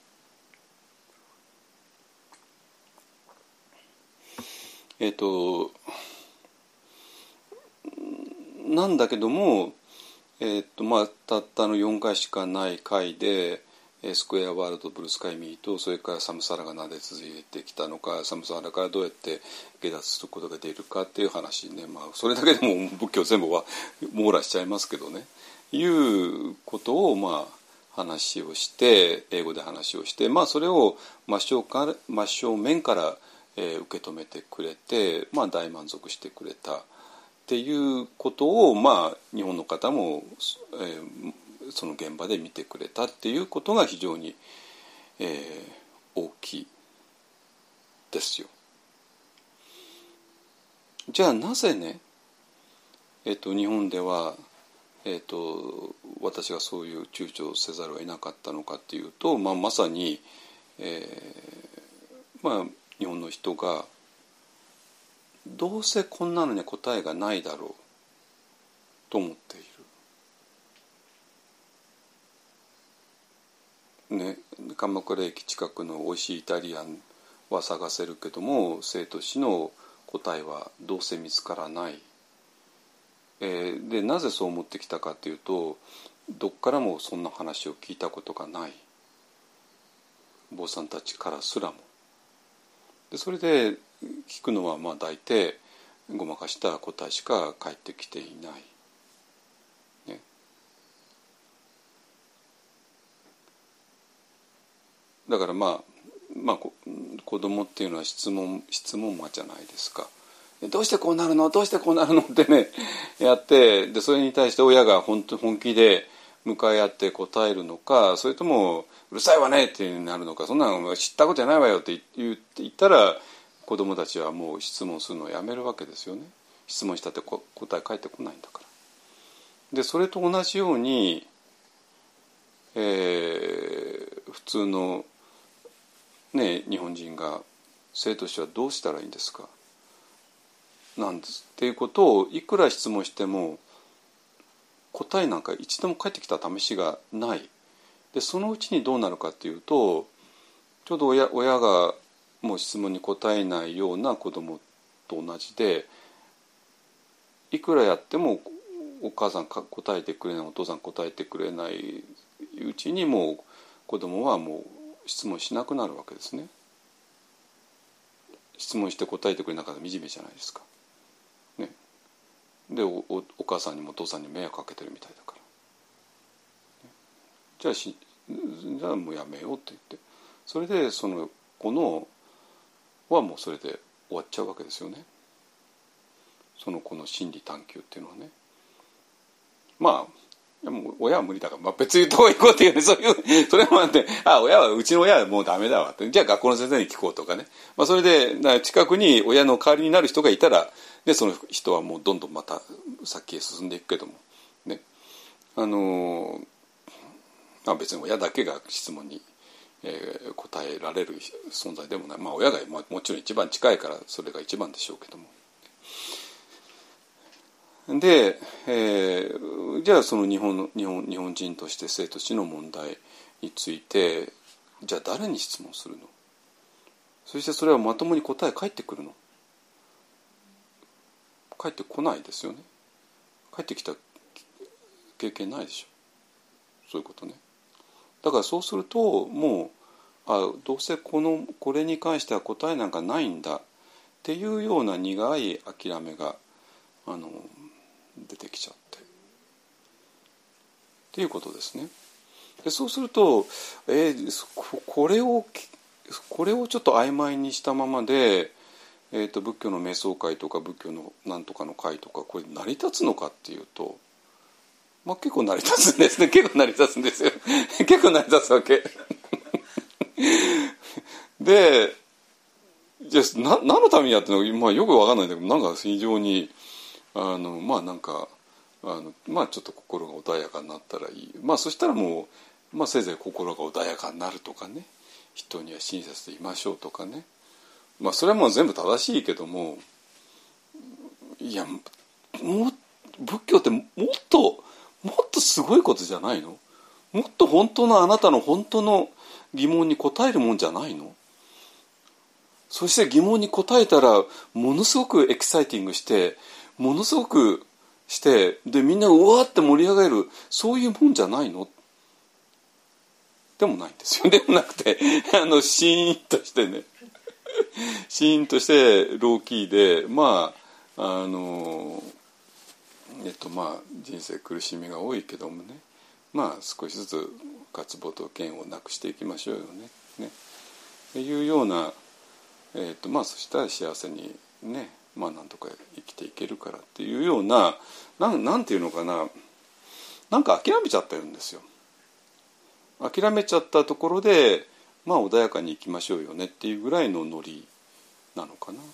えっとなんだけども、えっとまあたったのよんかいしかない回でスクエアワールド、ブルースカイミーと、それからサムサラがなぜ続いてきたのか、サムサラからどうやって下脱することができるかっていう話ね、まあそれだけでも仏教全部は網羅しちゃいますけどね、いうことをまあ話をして英語で話をして、まあそれを真正から真正面から、えー、受け止めてくれて、まあ大満足してくれたっていうことを、まあ日本の方も、えーその現場で見てくれたっていうことが非常に、えー、大きいですよ。じゃあなぜね、えー、と日本では、えー、と私がそういう躊躇せざるを得なかったのかっていうと、まあ、まさに、えーまあ、日本の人がどうせこんなのに答えがないだろうと思っている。ね、鎌倉駅近くのおいしいイタリアンは探せるけども生と死の答えはどうせ見つからない、えー、でなぜそう思ってきたかというと、どっからもそんな話を聞いたことがない坊さんたちからすらもで、それで聞くのはまあ大抵ごまかした答えしか返ってきていない。だからまあ、まあ、子供っていうのは質問質問魔じゃないですか。どうしてこうなるのどうしてこうなるのってねやって、でそれに対して親が本当本気で向かい合って答えるのか、それともうるさいわねってなるのか、そんなの知ったことじゃないわよって言ったら子供たちはもう質問するのをやめるわけですよね。質問したって答え返ってこないんだから。でそれと同じように、えー、普通のね、日本人が生と死はどうしたらいいんですか。 なんですっていうことをいくら質問しても答えなんか一度も返ってきた試しがない。でそのうちにどうなるかっていうと、ちょうど 親, 親がもう質問に答えないような子供と同じで、いくらやってもお母さん答えてくれない、お父さん答えてくれないうちにもう子供はもう質問しなくなるわけですね。質問して答えてくれなかったら惨めじゃないですか、ね、で お, お, お母さんにもお父さんに迷惑かけてるみたいだから、ね、じゃあしじゃあもうやめようって言って、それでその子のはもうそれで終わっちゃうわけですよね。その子の心理探求っていうのはね。まあもう親は無理だから、まあ、別にどう行こうっていうね、そういうそれもあって、あ親はうちの親はもうダメだわって、じゃあ学校の先生に聞こうとかね、まあ、それで近くに親の代わりになる人がいたら、でその人はもうどんどんまた先へ進んでいくけどもね、あのまあ、別に親だけが質問に、えー、答えられる存在でもない、まあ、親がもちろん一番近いからそれが一番でしょうけども。で、えー、じゃあその日本の日本日本人として生と死の問題について、じゃあ誰に質問するの？そしてそれはまともに答え返ってくるの？返ってこないですよね。返ってきた経験ないでしょ。そういうことね。だからそうするともうあどうせこのこれに関しては答えなんかないんだっていうような苦い諦めがあの出てきちゃってっていうことですね。でそうすると、えー、これをこれをちょっと曖昧にしたままで、えーと、仏教の瞑想会とか仏教のなんとかの会とかこれ成り立つのかっていうと、まあ、結構成り立つんですね。結構成り立つんですよ。結構成り立つわけでじゃあな何のためにやってるのか、まあ、よく分かんないんだけど、なんか非常にあのまあなんかあのまあちょっと心が穏やかになったらいい。まあそしたらもう、まあ、せいぜい心が穏やかになるとかね、人には親切でいましょうとかね、まあそれはもう全部正しいけども、いやもう仏教ってもっともっとすごいことじゃないの？もっと本当のあなたの本当の疑問に答えるもんじゃないの？そして疑問に答えたらものすごくエキサイティングしてものすごくしてでみんなうわーって盛り上がる、そういうもんじゃないの？でもないんですよ。でもなくてあのシーンとしてねシーンとしてローキーで、まああのえっとまあ人生苦しみが多いけどもね、まあ少しずつ渇望と嫌悪をなくしていきましょうよね。ねっていうような、えっとまあそしたら幸せにね、まあなんとか生きていけるからっていうような、なん、なんていうのかな、なんか諦めちゃってるんですよ。諦めちゃったところでまあ穏やかに生きましょうよねっていうぐらいのノリなのかな。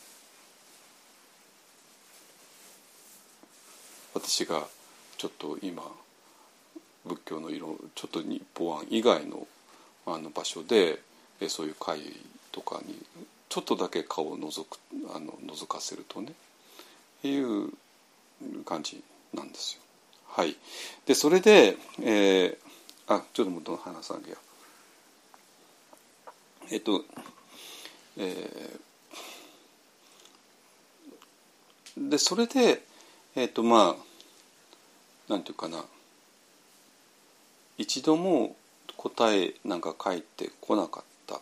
私がちょっと今仏教の色ちょっと日本案以外のあの場所でそういう会とかにちょっとだけ顔を覗くあの覗かせるとねいう感じなんですよ。はい。でそれで、えー、あちょっともっと話さなきゃ。えっと、えー、でそれでえっとまあなんていうかな、一度も答えなんか返ってこなかった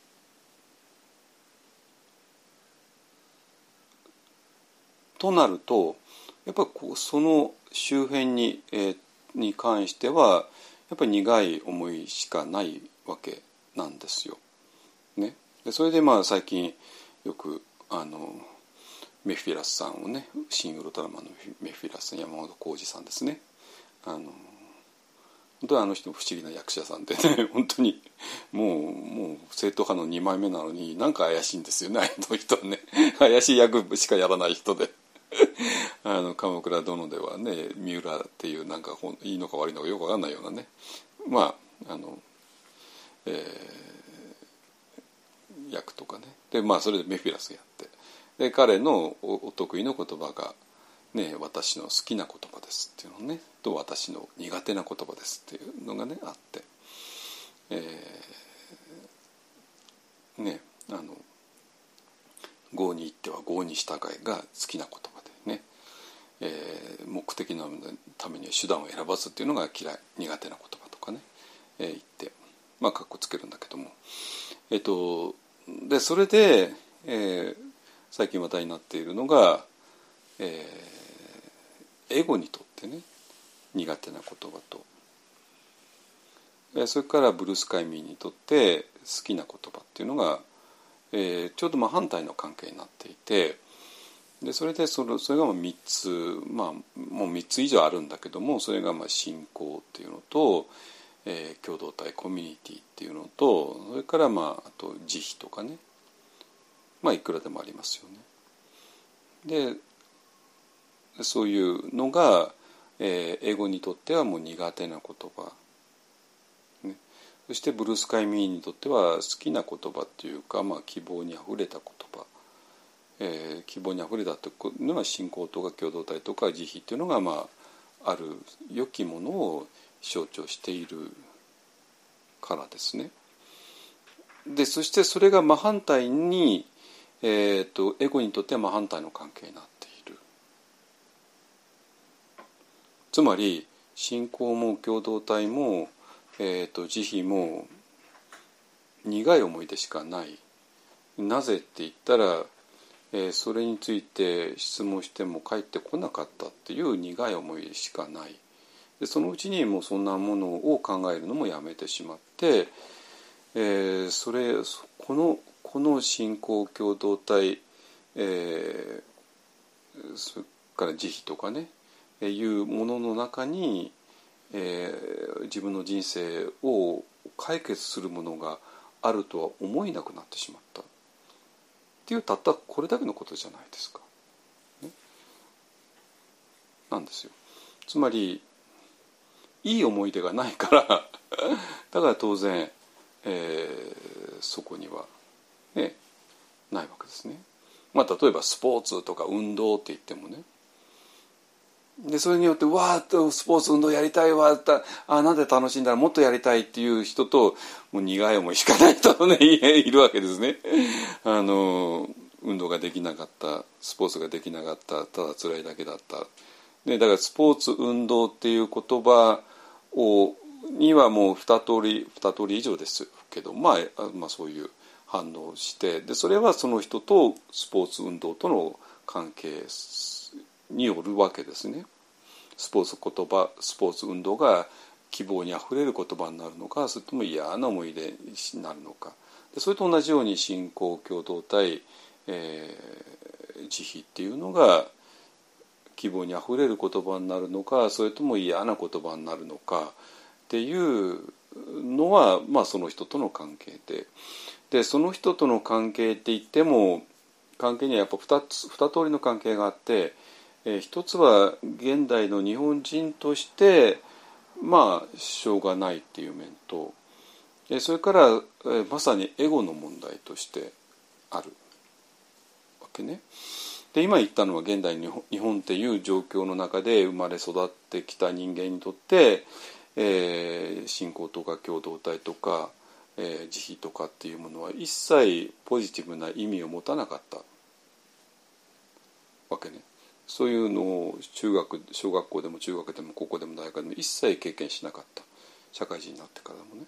となると、やっぱりその周辺に、えー、に関してはやっぱり苦い思いしかないわけなんですよ。ね、でそれでまあ最近よくあのメフィラスさんをね、シン・ウルトラマンのメフィラス山本浩二さんですね。あの本当にあの人も不思議な役者さんでね、本当にもうもう正統派のにまいめなのになんか怪しいんですよね、あの人はね。怪しい役しかやらない人であの鎌倉殿ではね、三浦っていうなんかいいのか悪いのかよく分かんないようなね、まああの、えー、役とかね。でまあそれでメフィラスやって、 で彼のお得意の言葉が、ね、私の好きな言葉ですっていうのねと私の苦手な言葉ですっていうのがねあって、えー、ねあの郷に行っては郷に従いが好きな言葉でね、えー、目的のためには手段を選ばずっていうのが嫌い苦手な言葉とかね、えー、言ってまあかっこつけるんだけども、えっとでそれで、えー、最近話題になっているのが、えー、エゴにとってね苦手な言葉と、えー、それからブルース・カイミーにとって好きな言葉っていうのがえー、ちょうどまあ反対の関係になっていてでそれでそれ、それがまあみっつ、まあ、もうみっつ以上あるんだけどもそれがまあ信仰っていうのと、えー、共同体コミュニティっていうのとそれからまああと慈悲とかねまあいくらでもありますよね。でそういうのが、えー、英語にとってはもう苦手な言葉そしてブルース・カイミーにとっては好きな言葉っていうか、まあ、希望にあふれた言葉、えー、希望にあふれたというのは信仰とか共同体とか慈悲っていうのが、まあ、ある良きものを象徴しているからですね。でそしてそれが真反対に、えーと、エゴにとっては真反対の関係になっている。つまり信仰も共同体もえーと、慈悲も苦い思い出しかない。なぜって言ったら、えー、それについて質問しても返ってこなかったっていう苦い思いしかない。でそのうちにもうそんなものを考えるのもやめてしまって、えー、それこのこの信仰共同体、えー、それから慈悲とかね、えー、いうものの中にえー、自分の人生を解決するものがあるとは思えなくなってしまったっていうたったこれだけのことじゃないですか、ね、なんですよ。つまりいい思い出がないからだから当然、えー、そこには、ね、ないわけですね。まあ、例えばスポーツとか運動って言ってもねでそれによってわーっとスポーツ運動やりたいわあなんで楽しいんだろうもっとやりたいっていう人ともう苦い思いしかない人とねいるわけですね。あの運動ができなかったスポーツができなかったただ辛いだけだった、ね、だからスポーツ運動っていう言葉をにはもう二通り二通り以上ですけど、まあ、まあそういう反応をしてでそれはその人とスポーツ運動との関係によるわけですね。スポーツ言葉スポーツ運動が希望にあふれる言葉になるのかそれとも嫌な思い出になるのかでそれと同じように信仰共同体、えー、慈悲っていうのが希望にあふれる言葉になるのかそれとも嫌な言葉になるのかっていうのは、まあ、その人との関係ででその人との関係って言っても関係にはやっぱ 2, つ2通りの関係があってえー、一つは現代の日本人としてまあしょうがないっていう面と、えー、それから、えー、まさにエゴの問題としてあるわけね。で今言ったのは現代日本、日本っていう状況の中で生まれ育ってきた人間にとって、えー、信仰とか共同体とか、えー、慈悲とかっていうものは一切ポジティブな意味を持たなかったわけね。そういうのを中学小学校でも中学でも高校でも大学でも一切経験しなかった社会人になってからもね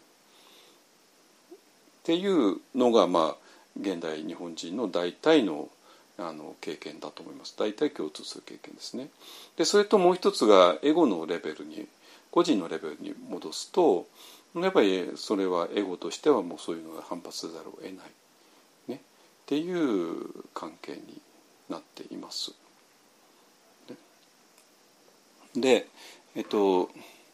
っていうのがまあ現代日本人の大体のあの経験だと思います。大体共通する経験ですね。でそれともう一つがエゴのレベルに個人のレベルに戻すとやっぱりそれはエゴとしてはもうそういうのが反発せざるを得ない、ね、っていう関係になっています。で、えっと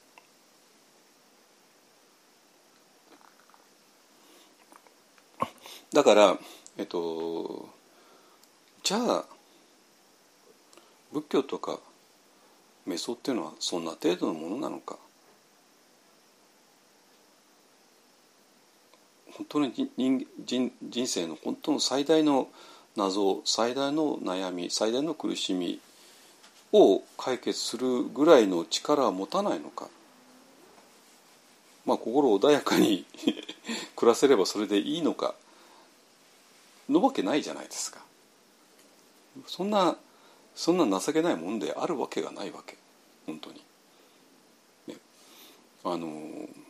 だから、えっと、じゃあ仏教とか瞑想っていうのはそんな程度のものなのか。本当に 人, 人, 人生の本当の最大の謎、最大の悩み、最大の苦しみを解決するぐらいの力は持たないのか。まあ心穏やかに暮らせればそれでいいのかのわけないじゃないですか。そんなそんな情けないもんであるわけがないわけ、本当に、ね、あの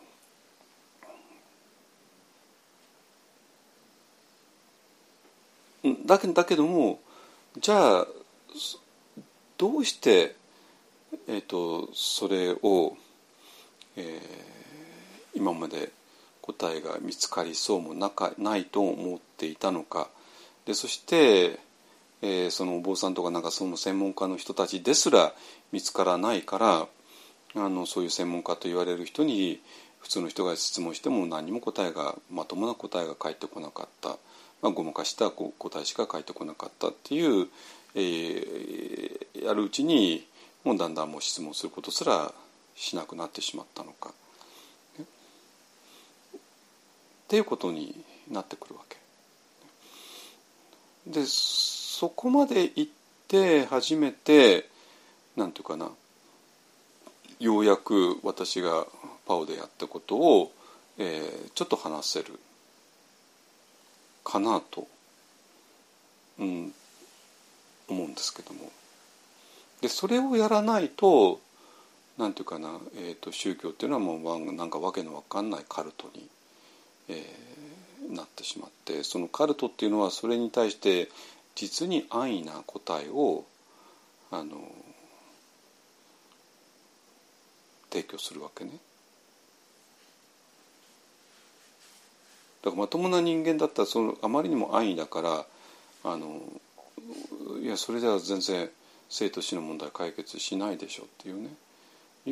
だけだけども、じゃあどうして、えーと、それを、えー、今まで答えが見つかりそうもなかないと思っていたのか。でそして、えー、そのお坊さんとかなんかその専門家の人たちですら見つからないから、あのそういう専門家と言われる人に普通の人が質問しても何も答えがまともな答えが返ってこなかった、まあ、ごまかした答えしか返ってこなかったっていう、えー、やるうちにもうだんだんもう質問することすらしなくなってしまったのか、ね、っていうことになってくるわけで、そこまで行って初めてなんていうかな、ようやく私がパオでやったことを、えー、ちょっと話せるかなと、うん、思うんですけども、でそれをやらないとなんていうかな、えーと、宗教っていうのはもうなんかわけのわかんないカルトに、えー、なってしまって、そのカルトっていうのはそれに対して実に安易な答えをあの提供するわけね。だからまともな人間だったらそのあまりにも安易だからあのいやそれでは全然生と死の問題解決しないでしょっていうねいう、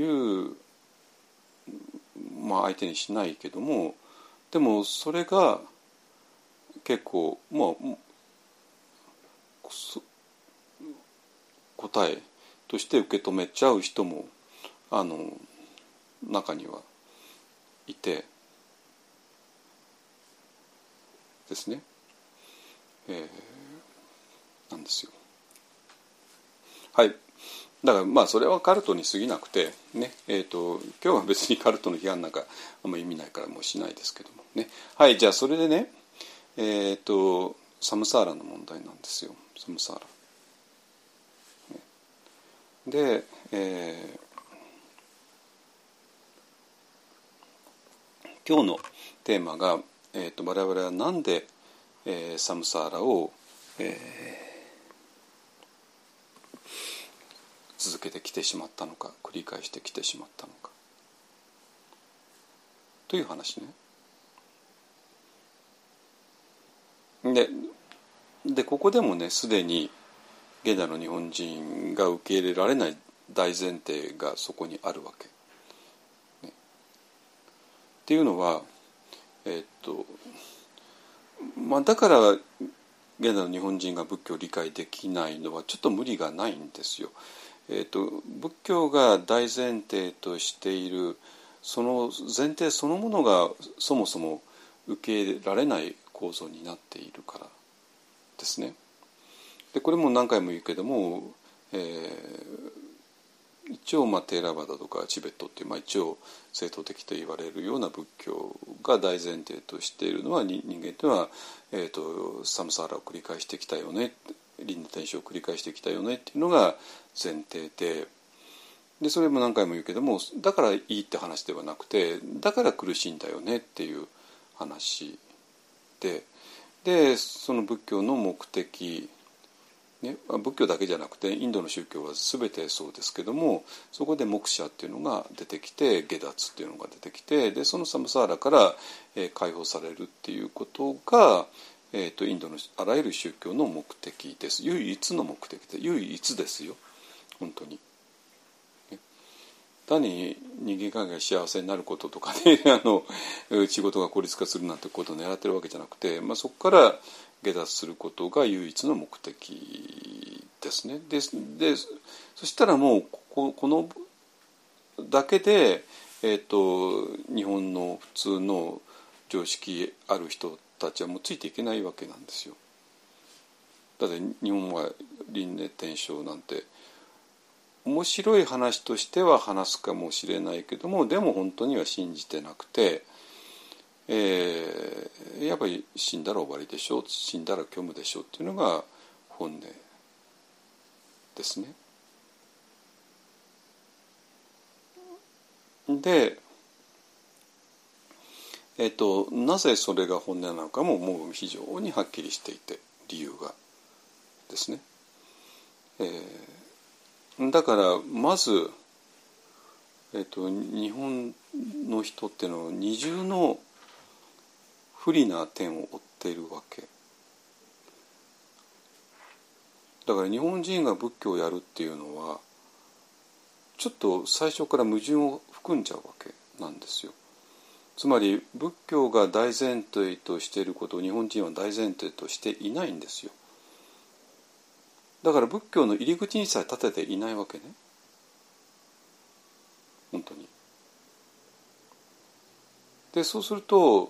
まあ、相手にしないけども、でもそれが結構まあ答えとして受け止めちゃう人もあの中にはいてですね、えー、なんですよ。はい。だからまあそれはカルトに過ぎなくてね、えーと、今日は別にカルトの批判なんかあんまり意味ないからもうしないですけどもね。はい、じゃあそれでね、えーとサムサーラの問題なんですよ。サムサーラ。ね、で、えー、今日のテーマが、えーと、我々はなんで、えー、サムサーラを、えー続けてきてしまったのか、繰り返してきてしまったのかという話ね。で、でここでもねすでに現代の日本人が受け入れられない大前提がそこにあるわけ。ね、っていうのは、えーっとまあ、だから現代の日本人が仏教を理解できないのはちょっと無理がないんですよ。えーと、仏教が大前提としているその前提そのものがそもそも受け入れられない構造になっているからですね。でこれも何回も言うけども、えー、一応まあテーラバダとかチベットっていう、まあ、一応正統的と言われるような仏教が大前提としているのは人間というのは、えーと、サムサーラを繰り返してきたよね、輪廻転生を繰り返してきたよねっていうのが前提で、でそれも何回も言うけどもだからいいって話ではなくてだから苦しいんだよねっていう話で、でその仏教の目的、ね、仏教だけじゃなくてインドの宗教は全てそうですけども、そこでモクシャっていうのが出てきて下脱っていうのが出てきて、でそのサムサーラから、えー、解放されるっていうことがえー、とインドのあらゆる宗教の目的です。唯一の目的で唯一ですよ本当に、ね、単に人間関係が幸せになることとかねあの仕事が効率化するなんてことを狙ってるわけじゃなくて、まあ、そこから下脱することが唯一の目的ですね。ででそしたらもうここ、このだけで、えー、と日本の普通の常識ある人たちはもうついていけないわけなんですよ。 だって日本は輪廻転生なんて面白い話としては話すかもしれないけども、でも本当には信じてなくて、えー、やっぱり死んだら終わりでしょう、死んだら虚無でしょうっていうのが本音ですね。で、えっと、なぜそれが本音なのかももう非常にはっきりしていて、理由がですね。えー、だからまず、えっと、日本の人っていうのは二重の不利な点を負っているわけだから、日本人が仏教をやるっていうのはちょっと最初から矛盾を含んじゃうわけなんですよ。つまり仏教が大前提としていることを日本人は大前提としていないんですよ。だから仏教の入り口にさえ立てていないわけね、本当に。でそうすると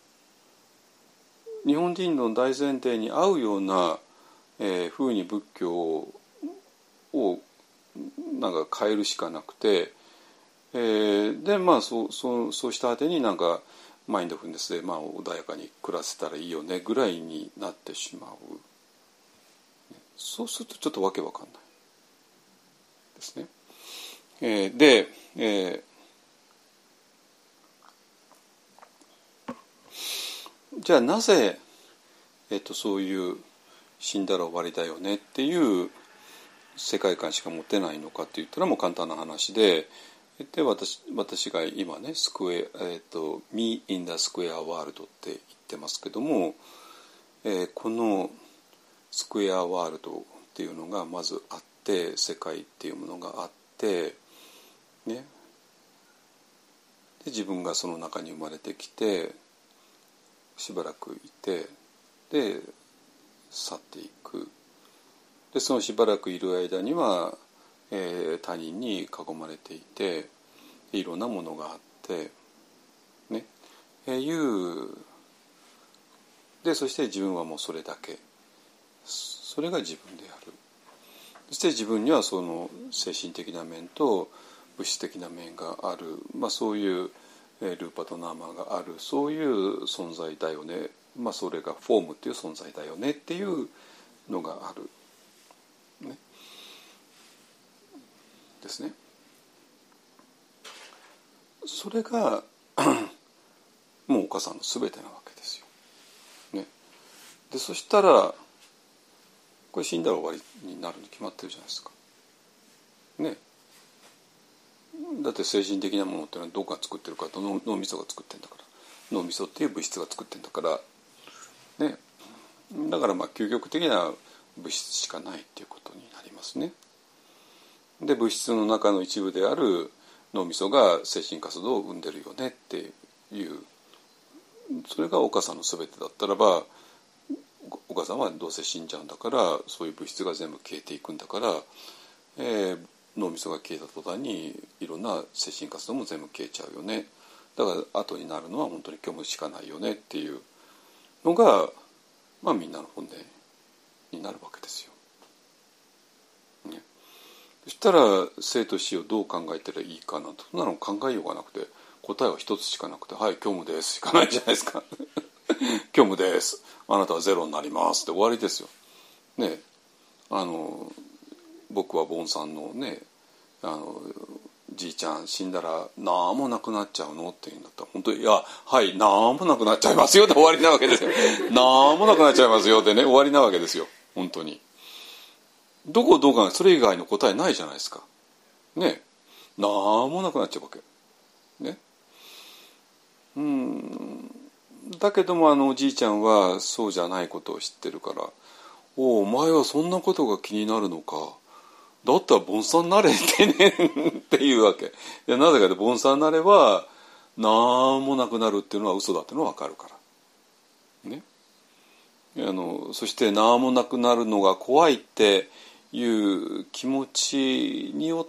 日本人の大前提に合うような、えー、ふうに仏教をなんか変えるしかなくて、えー、でまあそうそうそうしたあてになんかマインドフルネスでまあ穏やかに暮らせたらいいよねぐらいになってしまう。そうするとちょっとわけわかんないですね。えー、で、えー、じゃあなぜ、えー、とそういう死んだら終わりだよねっていう世界観しか持てないのかって言ったらもう簡単な話で、で 私, 私が今ねスクエ、えー、と Me in the Square World って言ってますけども、えー、このスクエアワールドっていうのがまずあって、世界っていうものがあって、ね、で自分がその中に生まれてきてしばらくいて、で去っていく。でそのしばらくいる間には、えー、他人に囲まれていて、いろんなものがあってね、えー、いうでそして自分はもうそれだけ、それが自分である。そして自分にはその精神的な面と物質的な面がある、まあ、そういうルーパとナーマがある、そういう存在だよね、まあ、それがフォームっていう存在だよねっていうのがある、ね、ですね。それがもうお母さんの全てなわけですよ、ね、でそしたらこれ死んだら終わりになるに決まってるじゃないですかね。だって精神的なものっていうのはどこが作ってるかと、脳脳みそが作ってるんだから、脳みそっていう物質が作ってるんだからね。だからまあ究極的な物質しかないっていうことになりますね。で物質の中の一部である脳みそが精神活動を生んでるよねっていう、それがお母さんの全てだったらば、お母さんはどうせ死んじゃうんだから、そういう物質が全部消えていくんだから、えー、脳みそが消えた途端にいろんな精神活動も全部消えちゃうよね。だから後になるのは本当に虚無しかないよねっていうのが、まあみんなの本音になるわけですよ。ね、そしたら生と死をどう考えたらいいかなと、そんなの考えようがなくて、答えは一つしかなくて、はい虚無ですしかないじゃないですか。虚無です。あなたはゼロになりますって終わりですよ。ね、あの僕はボンさんのね、あのじいちゃん死んだら何もなくなっちゃうのって言うんだったら、本当にいやはい何もなくなっちゃいますよって終わりなわけですよ。何もなくなっちゃいますよってね、終わりなわけですよ。本当にどこどうかそれ以外の答えないじゃないですかね。何もなくなっちゃうわけね。うん。だけどもあのおじいちゃんはそうじゃないことを知ってるから、おお前はそんなことが気になるのか、だったらボンサンなれってねっていうわけで、なぜかでボンサンなれば何もなくなるっていうのは嘘だっていうのは分かるからね。あのそして何もなくなるのが怖いっていう気持ちによって、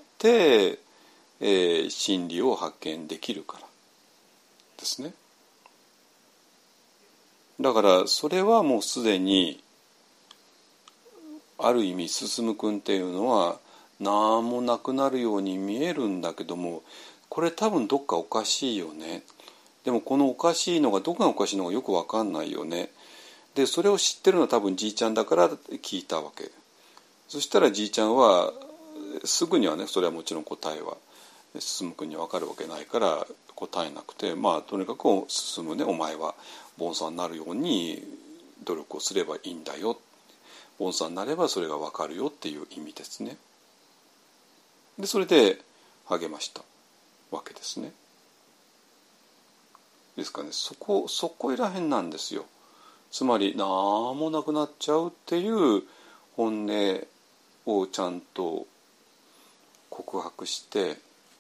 えー、真理を発見できるからですね。だからそれはもうすでにある意味進くんっていうのは何もなくなるように見えるんだけども、これ多分どっかおかしいよね。でもこのおかしいのがどこがおかしいのかよく分かんないよね。でそれを知ってるのは多分じいちゃんだから聞いたわけ。そしたらじいちゃんはすぐにはね、それはもちろん答えは進くんに分かるわけないから答えなくて、まあとにかく進むね、お前はボンサーになるように努力をすればいいんだよ、ボンサーになればそれが分かるよっていう意味ですね。でそれで励ましたわけですね。ですからね、そこそこいらへんなんですよ。つまり何もなくなっちゃうっていう本音をちゃんと告白して、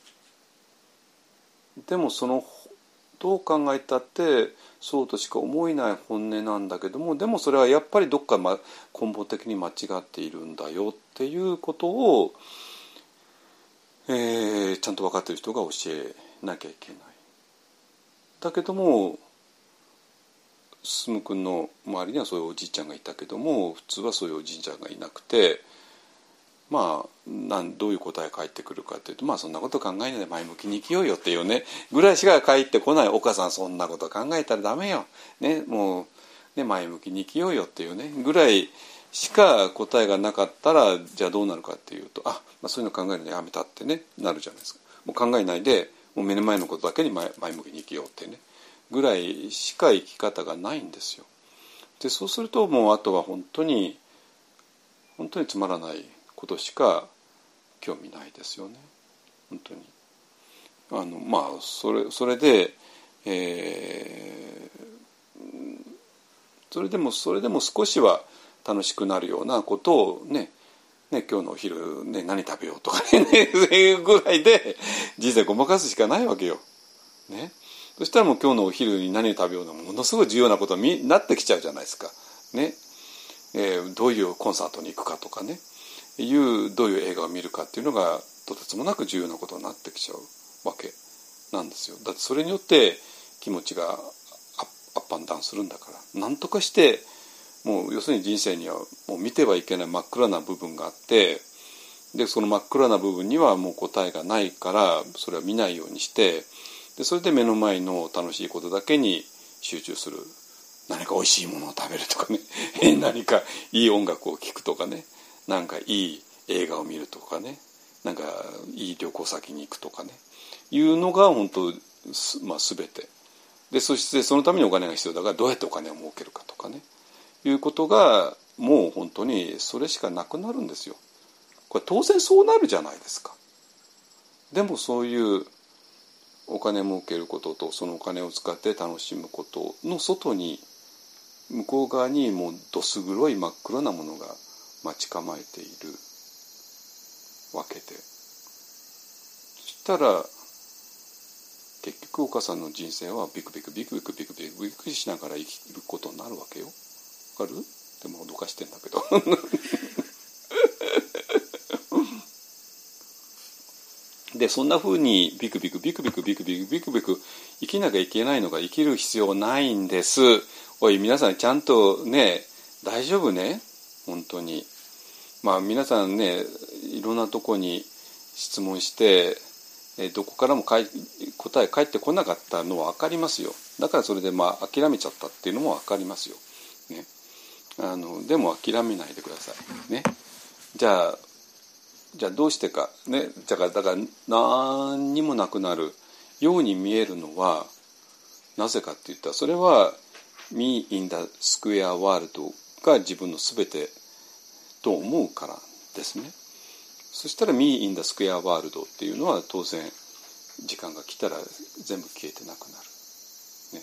でもそのどう考えたってそうとしか思えない本音なんだけども、でもそれはやっぱりどっか根本的に間違っているんだよっていうことを、えー、ちゃんと分かっている人が教えなきゃいけない。だけども進くんの周りにはそういうおじいちゃんがいたけども、普通はそういうおじいちゃんがいなくて、まあなんどういう答え返ってくるかというと、まあそんなこと考えないで前向きに生きようよっていうねぐらいしか返ってこない。お母さんそんなこと考えたらダメよ、ね、もう、ね、前向きに生きようよっていうねぐらいしか答えがなかったら、じゃあどうなるかっていうと、あ、まあ、そういうの考えるのやめたってねなるじゃないですか。もう考えないでもう目の前のことだけに 前, 前向きに生きようってねぐらいしか生き方がないんですよ。でそうするともうあとは本当に本当につまらないことしか興味ないですよね。本当にあのまあそれそれで、えー、それでもそれでも少しは楽しくなるようなことをね、ね今日のお昼、ね、何食べようとかねそういうぐらいで人生ごまかすしかないわけよ。ね、そしたらもう今日のお昼に何食べようのものすごい重要なことになってきちゃうじゃないですか。ねえー、どういうコンサートに行くかとかねいうどういう映画を見るかっていうのがとてつもなく重要なことになってきちゃうわけなんですよ。だってそれによって気持ちがアップアンダウンするんだから、なんとかしてもう要するに人生にはもう見てはいけない真っ暗な部分があって、でその真っ暗な部分にはもう答えがないからそれは見ないようにして、でそれで目の前の楽しいことだけに集中する。何かおいしいものを食べるとかね何かいい音楽を聴くとかね、なんかいい映画を見るとかね、なんかいい旅行先に行くとかねいうのが本当、まあ、全てで、そしてそのためにお金が必要だからどうやってお金を儲けるかとかねいうことがもう本当にそれしかなくなるんですよ。これ当然そうなるじゃないですか。でもそういうお金儲けることとそのお金を使って楽しむことの外に向こう側にもうどす黒い真っ黒なものが待ち構えているわけで、そしたら結局お母さんの人生はビクビクビクビクビクビクビクしながら生きることになるわけよ。わかる？でも脅かしてんだけどでそんな風にビクビクビクビクビクビクビクビク生きなきゃいけないのが生きる必要ないんです。おい皆さんちゃんとね大丈夫ね本当に。まあ皆さんねいろんなとこに質問してえどこからもかい答え返ってこなかったのは分かりますよ。だからそれでまあ諦めちゃったっていうのも分かりますよ、ね、あのでも諦めないでくださいね。じゃあじゃあどうしてかね、だからだから何にもなくなるように見えるのはなぜかって言ったら、それは Me in the Square World が自分の全てと思うからですね。そしたら Me in the Square World っていうのは当然時間が来たら全部消えてなくなる、ね、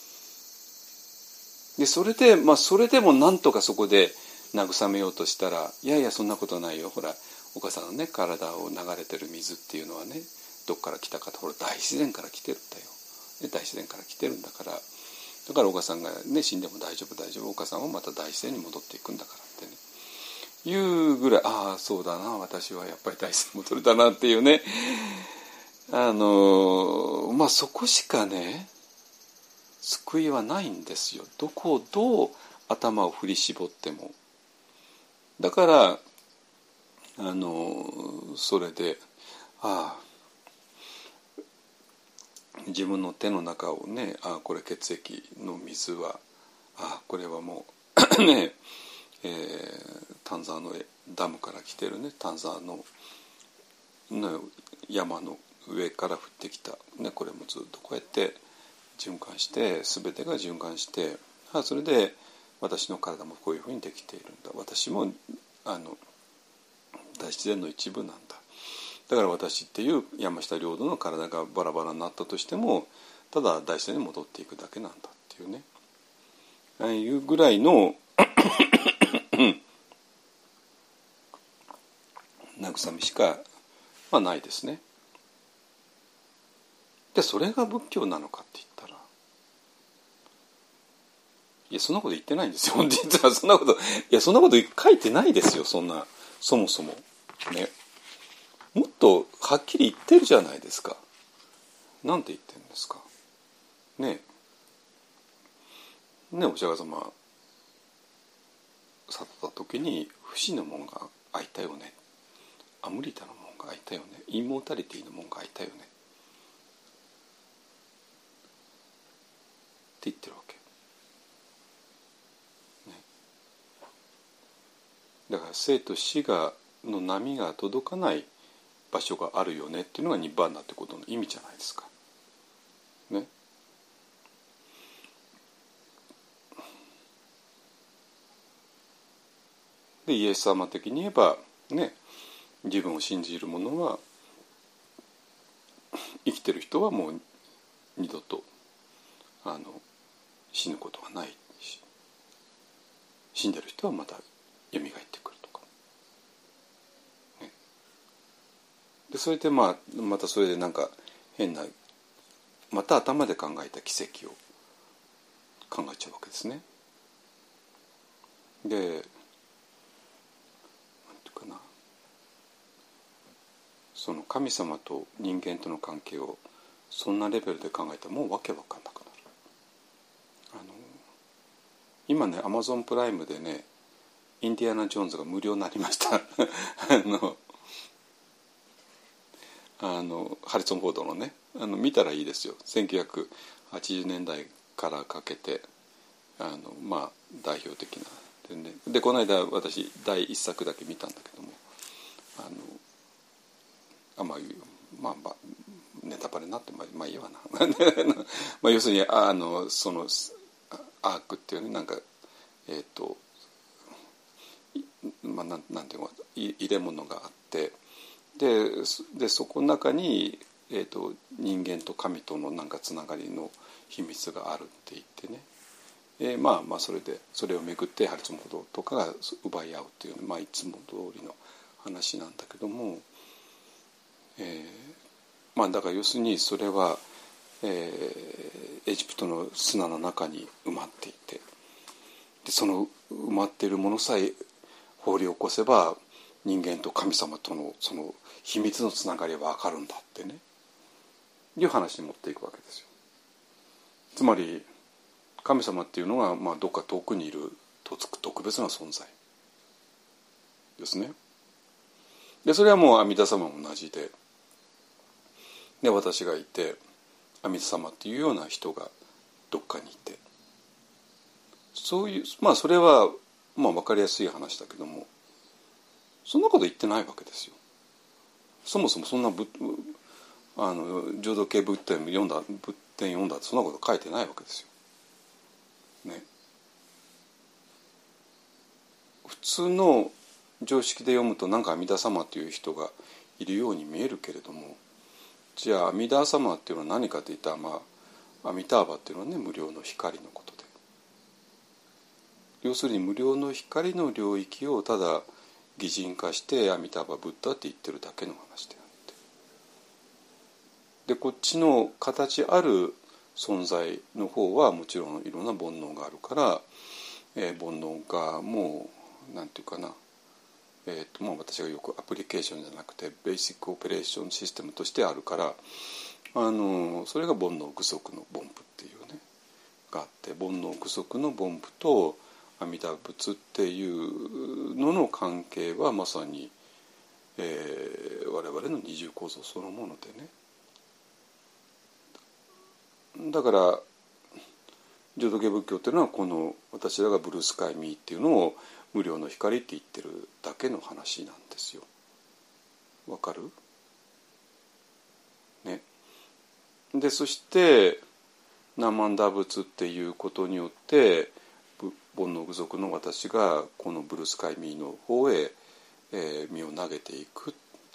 でそれでまあそれでもなんとかそこで慰めようとしたら、いやいやそんなことないよ、ほらお母さんのね体を流れてる水っていうのはねどっから来たかと、ほら大自然から来てるんだよ、ね、大自然から来てるんだから、だからお母さんがね死んでも大丈夫大丈夫、お母さんはまた大自然に戻っていくんだからってねいうぐらい、ああそうだな私はやっぱり大自然に戻るだなっていうね、あのまあそこしかね救いはないんですよ。どこをどう頭を振り絞ってもだからあのそれでああ自分の手の中をね、あこれ血液の水はあこれはもうね、えー、丹沢のダムから来てるね、丹沢の、ね、山の上から降ってきた、ね、これもずっとこうやって循環して全てが循環して、あそれで私の体もこういうふうにできているんだ、私もあの大自然の一部なんだ、だから私っていう山下領土の体がバラバラになったとしてもただ大自然に戻っていくだけなんだっていうね、ああいうぐらいの慰みしか、まあ、ないですね。でそれが仏教なのかって言ったら、いやそんなこと言ってないんですよ実はそんなこといやそんなこと書いてないですよ、そんなそもそもね。もっとはっきり言ってるじゃないですか。なんて言ってるんですかねえねえ、お釈迦様去った時に不死の門が開いたよね、アムリタの門が開いたよね、インモータリティの門が開いたよねって言ってるわけ、ね、だから生と死がの波が届かない場所があるよねっていうのがニッバーナってことの意味じゃないですかね。でイエス様的に言えばね、自分を信じる者は生きてる人はもう二度とあの死ぬことはないし、死んでる人はまた蘇ってくるとか、ね、でそれでまあまたそれでなんか変なまた頭で考えた奇跡を考えちゃうわけですね。でなんていうかな、その神様と人間との関係をそんなレベルで考えたらもうわけわかんなくなる。あの今ねアマゾンプライムでねインディアナ・ジョーンズが無料になりましたあのあのハリソン・フォードのね、あの見たらいいですよ。せんきゅうひゃくはちじゅうねんだいからかけてあのまあ代表的なで、ね、でこの間私第一作だけ見たんだけども、あのあまあまあまあネタバレになってまあ、まあいいわなまあ要するにあのそのアークっていうね、なんかえっ、ー、とまあなんなんていうの入れ物があってででそこの中に、えーと、人間と神とのなんかつながりの秘密があるって言ってね、えー、まあまあそれでそれをめぐってハリソン・フォードとかが奪い合うっていう、まあ、いつも通りの話なんだけども、えー、まあだから要するにそれは、えー、エジプトの砂の中に埋まっていて、でその埋まっているものさえ掘り起こせば人間と神様とのその秘密のつながりは分かるんだってねいう話に持っていくわけですよ。つまり神様っていうのは、まあ、どっか遠くにいる特別な存在ですね。でそれはもう阿弥陀様も同じで、で私がいて阿弥陀様っていうような人がどっかにいて、そういうまあそれはまあ分かりやすい話だけども、そんなこと言ってないわけですよ。そもそもそんなぶあの浄土系仏典読んだ仏典読んだってそんなこと書いてないわけですよ。ね。普通の常識で読むとなんか阿弥陀様という人がいるように見えるけれども、じゃあ阿弥陀様っていうのは何かといったら、まあ阿弥陀婆っていうのはね無料の光のことで、要するに無料の光の領域をただ擬人化して阿弥陀婆ブッダって言ってるだけの話であって、でこっちの形ある存在の方はもちろんいろんな煩悩があるから、えー、煩悩がもうなんていうかな、えーとまあ、私がよくアプリケーションじゃなくてベーシックオペレーションシステムとしてあるから、あのそれが煩悩具足の凡夫っていうねがあって、煩悩具足の凡夫と阿弥陀仏っていうのの関係はまさに、えー、我々の二重構造そのものでね。だから浄土系仏教っていうのはこの私らがブルースカイミーっていうのを無量の光って言ってるだけの話なんですよ。わかる？ね。でそしてナマンダ仏っていうことによって煩悩具足の私がこのブルースカイミーの方へ、えー、身を投げていく。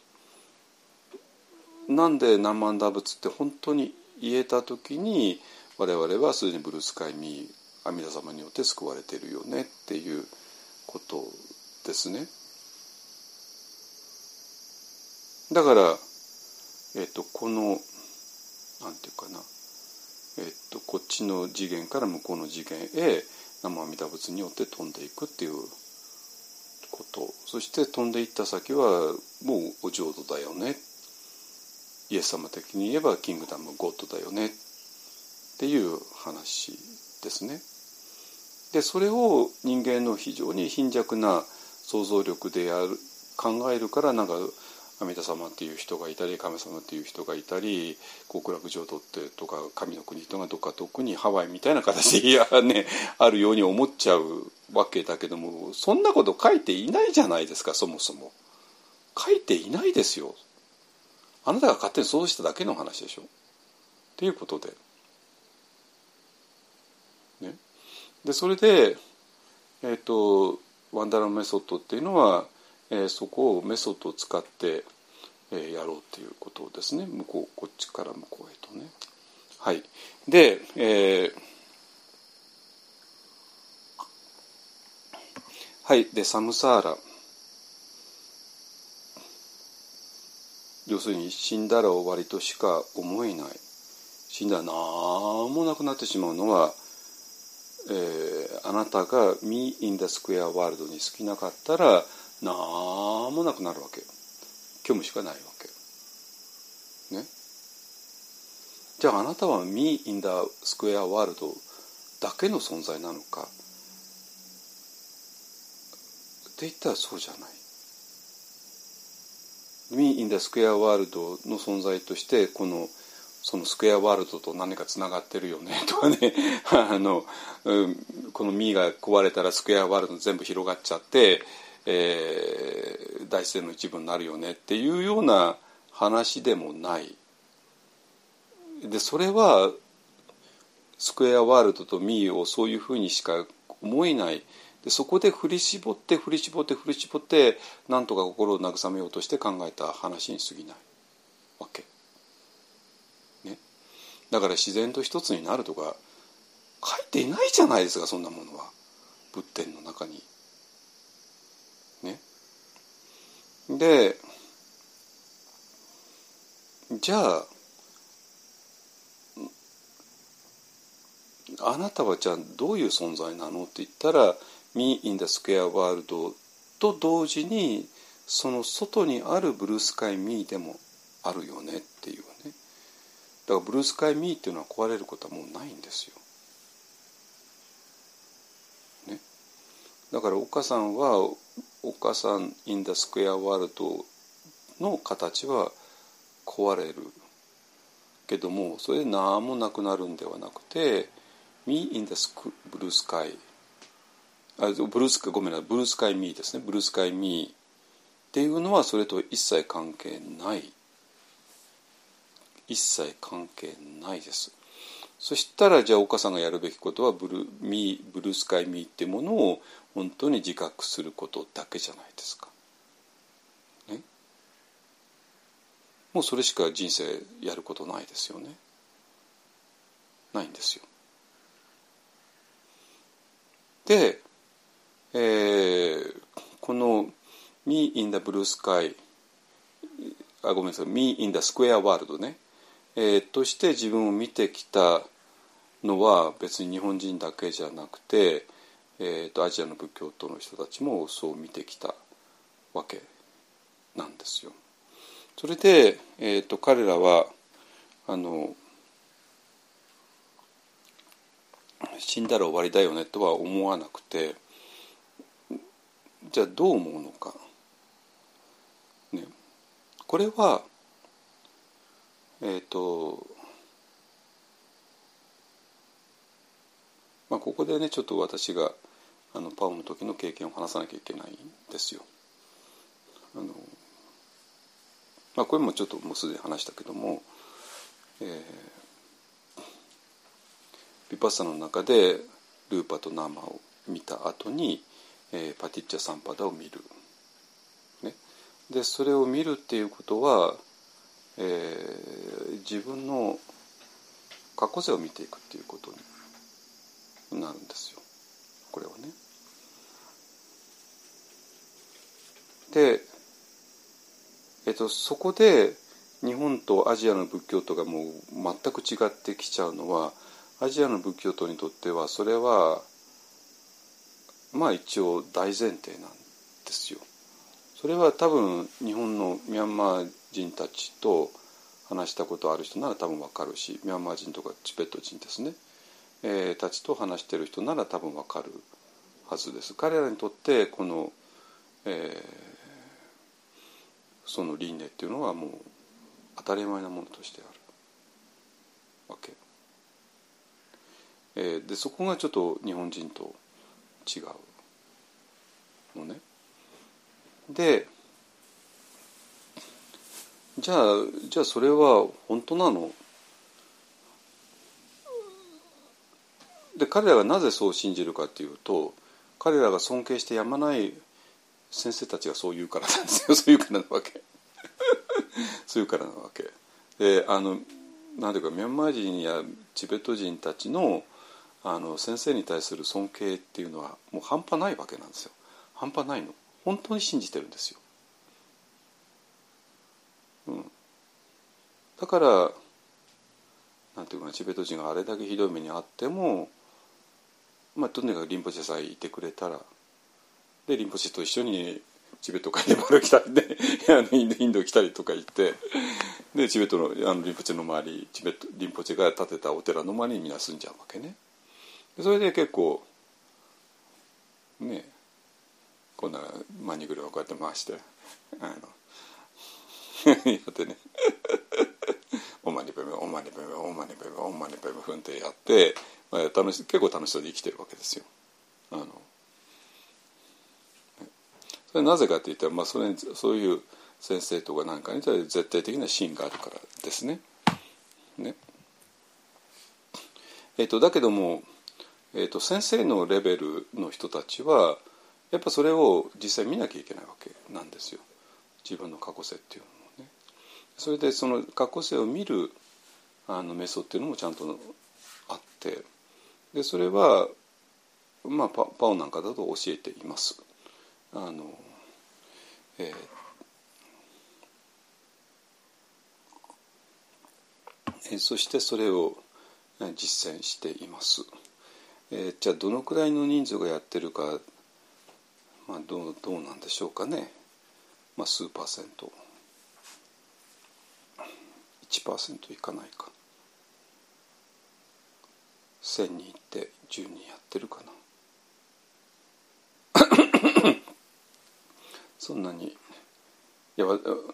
なんでナマンダ仏って本当に言えた時に我々はすでにブルースカイミー阿弥陀様によって救われているよねっていうことですね。だから、えっと、このなんていうかな、えっと、こっちの次元から向こうの次元へ南無阿弥陀仏によって飛んでいくっていうこと。そして飛んでいった先はもうお浄土だよね。イエス様的に言えばキングダムゴッドだよねっていう話ですね。でそれを人間の非常に貧弱な想像力でやる考えるからなんか阿弥陀様っていう人がいたり神様っていう人がいたり極楽浄土ってとか神の国とかどっか特にハワイみたいな形でいや、ね、あるように思っちゃうわけだけども、そんなこと書いていないじゃないですか。そもそも書いていないですよ。あなたが勝手に想像しただけの話でしょっていうことで、ね、でそれで、えーと、ワンダラメソッドっていうのはえー、そこをメソッドを使って、えー、やろうっていうことですね。向こうこっちから向こうへとね。はい。で、えー、はいでサムサーラ、要するに死んだら終わりとしか思えない。死んだら何もなくなってしまうのは、えー、あなたが Me in the Square World に好きなかったらなんもなくなるわけ。虚無しかないわけ。ね。じゃああなたは Me in the Square World だけの存在なのかって言ったらそうじゃない。Me in the Square World の存在としてこのそのスクエアワールドと何かつながってるよねとかねあの、うん、この Me が壊れたらスクエアワールド全部広がっちゃってえー、大自然の一部になるよねっていうような話でもない。でそれはスクエアワールドとミーをそういうふうにしか思えない。でそこで振り絞って振り絞って振り絞ってなんとか心を慰めようとして考えた話に過ぎないわけ、ね、だから自然と一つになるとか書いていないじゃないですか。そんなものは仏典の中にね。でじゃああなたはじゃあどういう存在なのって言ったら Me in the Square World と同時にその外にあるブルースカイミーでもあるよねっていうね。だからブルースカイミーっていうのは壊れることはもうないんですよ、ね、だから岡さんは岡さん in the Square World の形は壊れるけどもそれで何もなくなるんではなくて Me in the Blue Sky あブルースカイごめんなさいブルースカイミーですね。ブルースカイミーっていうのはそれと一切関係ない一切関係ないです。そしたらじゃあ岡さんがやるべきことはブルーミーブルースカイミーっていうものを本当に自覚することだけじゃないですか、ね、もうそれしか人生やることないですよね。ないんですよ。で、えー、この Me in the Blue Sky あごめんなさい Me in the Square World ね、えー、として自分を見てきたのは別に日本人だけじゃなくて、えー、とアジアの仏教徒の人たちもそう見てきたわけなんですよ。それで、えー、と彼らはあの死んだら終わりだよねとは思わなくて、 じゃあどう思うのか、ね、これはえっとまあここでねちょっと私があのパオの時の経験を話さなきゃいけないんですよ。あのまあこれもちょっともうすでに話したけども、えー、ヴィパッサナの中でルーパとナーマを見た後に、えー、パティッチャサンパダを見る、ね、でそれを見るっていうことは、えー、自分の過去世を見ていくっていうことになるんですよ、これはね。で、えっと、そこで日本とアジアの仏教徒がもう全く違ってきちゃうのは、アジアの仏教徒にとってはそれはまあ一応大前提なんですよ。それは多分日本のミャンマー人たちと話したことある人なら多分わかるし、ミャンマー人とかチベット人ですね、えー、たちと話してる人なら多分わかるはずです。彼らにとってこの、えー、その輪廻っていうのはもう当たり前なものとしてあるわけ、えー、でそこがちょっと日本人と違うのね。でじゃあじゃあそれは本当なので、彼らがなぜそう信じるかというと、彼らが尊敬してやまない先生たちがそう言うからなんですよ。そういうからなわけそういうからなわけで、あのなんていうかミャンマー人やチベット人たちのあの先生に対する尊敬っていうのはもう半端ないわけなんですよ。半端ないの。本当に信じてるんですよ。うん、だからなんていうかチベット人があれだけひどい目にあっても、まあ、とにかくリンポチェさえいてくれたら、でリンポチェと一緒にチベットからネパール来たりでインド来たりとか言って、でチベットのあのリンポチェの周り、チベットリンポチェが建てたお寺の周りにみんな住んじゃうわけね。でそれで結構ね、こんなマニグルをこうやって回してあのやってねオマニペメオマニペメオマニペメオマニペメふんってやって、まあ、楽し結構楽しそうで生きてるわけですよ。あのそれなぜかといったら、まあ、それにそういう先生とかなんかに絶対的な芯があるからですね。ねえー、とだけども、えー、と先生のレベルの人たちはやっぱそれを実際見なきゃいけないわけなんですよ。自分の過去世っていうのもね。それでその過去世を見るあのメソっていうのもちゃんとあって、でそれは、まあ、パ, パオなんかだと教えています。あの、えー、そしてそれを実践しています。えー、じゃあどのくらいの人数がやってるか、まあ、どう、どうなんでしょうかね。まあ、数パーセント いちパーセント いかないか、せんにんいってじゅうにんやってるかなそんなに、いや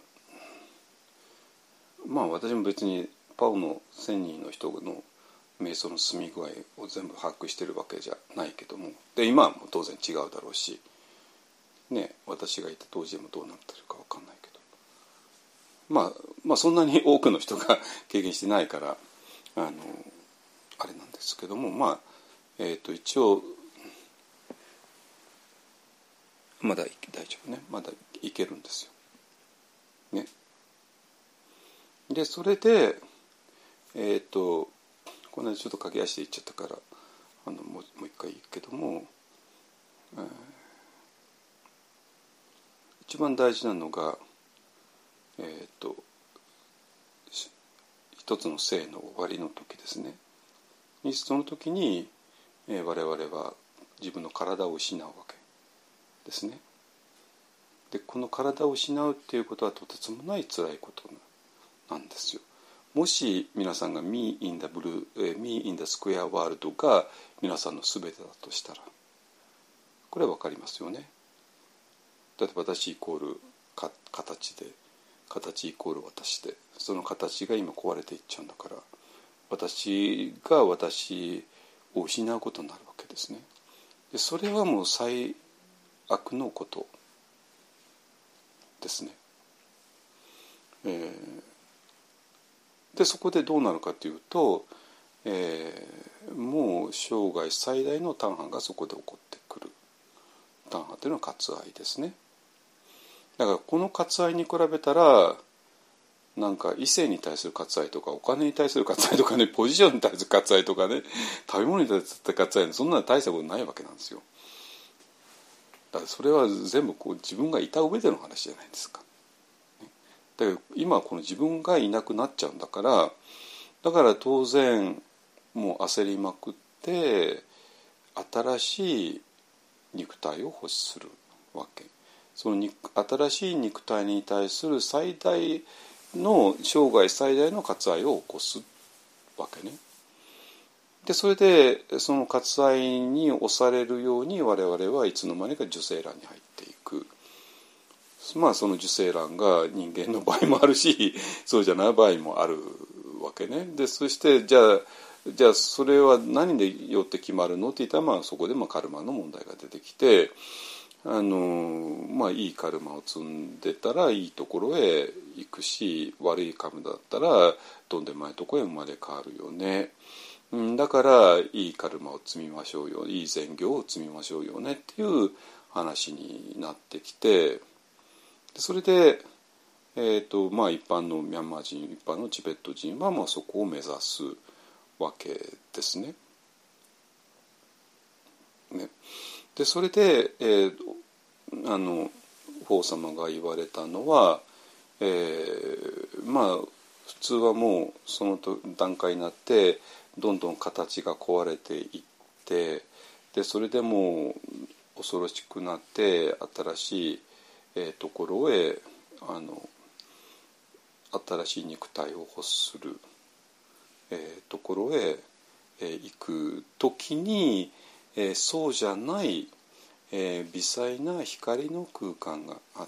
まあ私も別にパオのせんにんの人の瞑想の進み具合を全部把握してるわけじゃないけども、で今はもう当然違うだろうしね、私がいた当時でもどうなってるか分かんないけど、まあまあそんなに多くの人が経験してないからあのあれなんですけども、まあえっと一応まだ大丈夫ね、まだいけるんですよ。ね。でそれでえっとこの間ちょっと駆け足で言っちゃったからあのもうもう一回言うけども、えー、一番大事なのがえっと一つの生の終わりの時ですね。その時に、えー、我々は自分の体を失うわけですね。でこの体を失うっていうことはとてつもない辛いことなんですよ。もし皆さんが Me in the Blue、えー、Me in the Square World が皆さんの全てだとしたらこれは分かりますよね。 だって私イコールか形で、形イコール私で、その形が今壊れていっちゃうんだから、私が私を失うことになるわけですね。でそれはもう最悪のことですね。えー、でそこでどうなるかというと、えー、もう生涯最大の単派がそこで起こってくる。単派というのは割愛ですね。だからこの割愛に比べたら、なんか異性に対する割愛とか、お金に対する割愛とかね、ポジションに対する割愛とかね、食べ物に対する割愛、そんなの大したことないわけなんですよ。だからそれは全部こう自分がいた上での話じゃないですか。だから今この自分がいなくなっちゃうんだから、だから当然もう焦りまくって新しい肉体を欲するわけ。その新しい肉体に対する最大の生涯最大の割愛を起こすわけね。でそれでその割愛に押されるように我々はいつの間にか受精卵に入っていく。まあその受精卵が人間の場合もあるし、そうじゃない場合もあるわけね。でそしてじゃあじゃあそれは何でよって決まるのって言ったら、まあそこでまあカルマの問題が出てきて、あのまあいいカルマを積んでたらいいところへ行くし、悪いカルマだったらとんでもないところへ生まれ変わるよね。だからいいカルマを積みましょうよ、いい善行を積みましょうよねっていう話になってきて、それで、えーとまあ、一般のミャンマー人、一般のチベット人はまあそこを目指すわけですね。ねでそれで、えー、あの法様が言われたのは、えー、まあ普通はもうその段階になってどんどん形が壊れていって、でそれでもう恐ろしくなって新しい、えー、ところへあの新しい肉体を欲する、えー、ところへ、えー、行くときに、えー、そうじゃない、えー、微細な光の空間があって、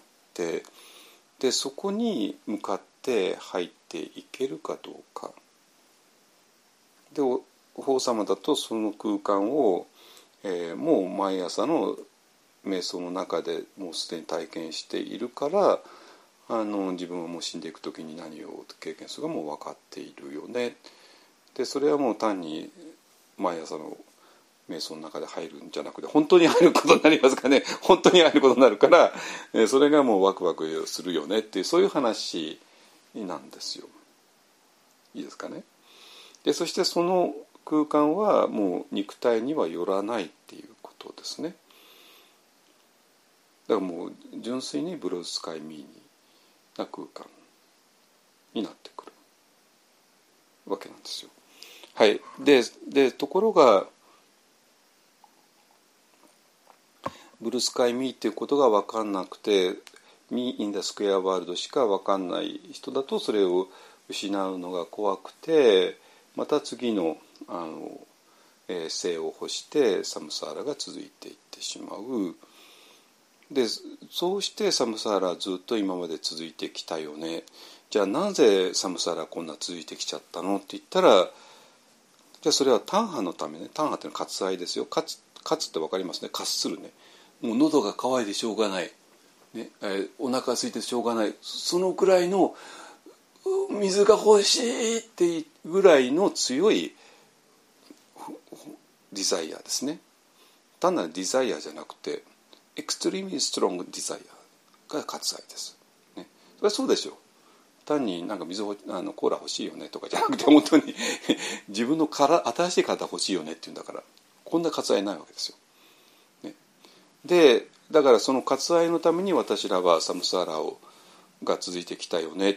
でそこに向かって入っていけるかどうかで、法様だとその空間を、えー、もう毎朝の瞑想の中でもうすでに体験しているから、あの自分はもう死んでいく時に何を経験するかも分かっているよね。でそれはもう単に毎朝の瞑想の中で入るんじゃなくて、本当に入ることになりますかね。本当に入ることになるから、えー、それがもうワクワクするよねっていう、そういう話なんですよ。いいですかね。でそしてその空間はもう肉体にはよらないっていうことですね。だからもう純粋にブルースカイミーニな空間になってくるわけなんですよ。はい。で、でところがブルースカイミーっていうことが分かんなくて、ミー・イン・ダ・スクエア・ワールドしか分かんない人だとそれを失うのが怖くて、また次のあの、えー、生を欲してサムサーラが続いていってしまう。でそうしてサムサーラはずっと今まで続いてきたよね。じゃあなぜサムサーラはこんな続いてきちゃったのって言ったら、じゃあそれは単派のためね。単派っていうのは割愛ですよ。割割って分かりますね。割するね。もう喉が渇いてしょうがない、ねえー、お腹空いてしょうがない、そのくらいの水が欲しいっていうぐらいの強いディザイアですね。単なるディザイアじゃなくてエクストリームにストロングディザイアが割愛です、ね、それはそうでしょう。単になんか水あのコーラ欲しいよねとかじゃなくて、本当に自分のから新しい体欲しいよねっていうんだから、こんな割愛ないわけですよ。でだからその割愛のために私らはサムサーラをが続いてきたよね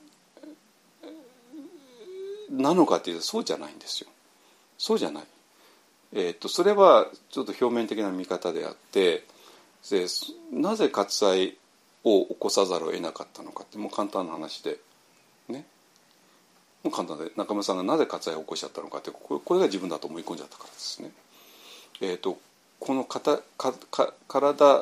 なのかっていうと、そうじゃないんですよ。そうじゃない、えー、とそれはちょっと表面的な見方であって、でなぜ割愛を起こさざるを得なかったのかって、もう簡単な話でね、もう簡単で、中村さんがなぜ割愛を起こしちゃったのかって、これ、これが自分だと思い込んじゃったからですね。えー、とこのかたかか体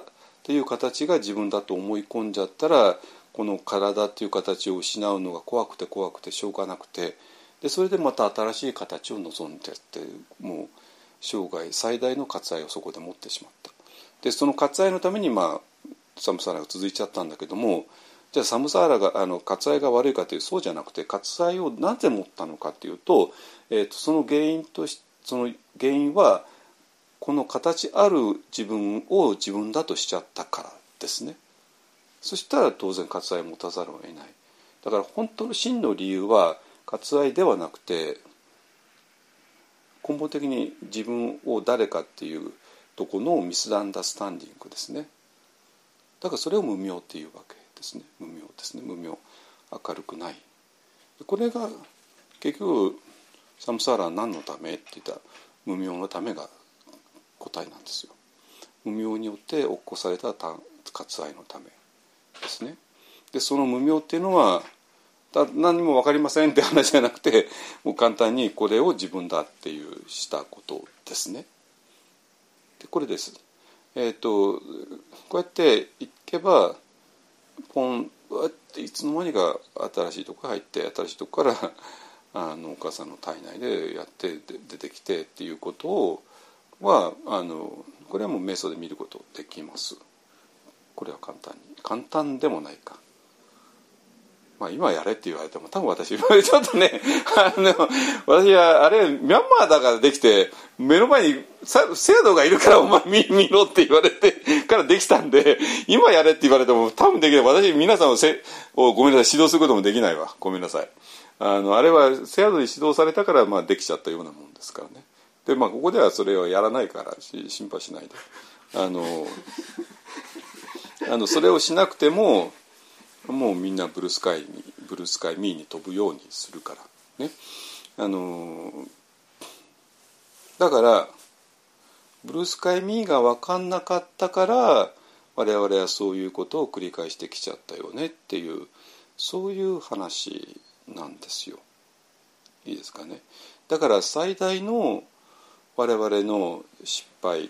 っていう形が自分だと思い込んじゃったら、この体っていう形を失うのが怖くて怖くてしょうがなくて、でそれでまた新しい形を望んでって、もう生涯最大の割愛をそこで持ってしまった。でその割愛のためにまあサムサーラが続いちゃったんだけども、じゃあサムサーラがあの割愛が悪いかというとそうじゃなくて、割愛をなぜ持ったのかというと、えーとその原因としその原因はこの形ある自分を自分だとしちゃったからですね。そしたら当然割愛を持たざるを得ない。だから本当の真の理由は割愛ではなくて、根本的に自分を誰かっていうところのミスアンダースタンディングですね。だからそれを無明っていうわけですね。無明ですね。無明、明るくない。これが結局サムサーラは何のためって言ったら、無明のためが答えなんですよ。無明によって起こされた割愛のためですね。でその無明っていうのは何も分かりませんって話じゃなくて、もう簡単にこれを自分だっていうしたことですね。でこれです。えっとこうやっていけばポンっていつの間にか新しいとこ入って、新しいとこからあのお母さんの体内でやって出てきてっていうことをはあのこれはもう瞑想で見ることできます。これは簡単に簡単でもないか。まあ、今やれって言われても多分私ちょっとねあの私はあれミャンマーだからできて、目の前に制度がいるからお前 見, 見ろって言われてからできたんで、今やれって言われても多分できない。私皆さんをせをごめんなさい指導することもできないわ。ごめんなさい。あのあれは制度に指導されたから、まあ、できちゃったようなもんですからね。でまあここではそれをやらないから心配しないで、あのあのそれをしなくてももうみんなブルースカイにブルースカイミーに飛ぶようにするからね。あのだからブルースカイミーが分かんなかったから我々はそういうことを繰り返してきちゃったよねっていう、そういう話なんですよ。いいですかね。だから最大の我々の失敗、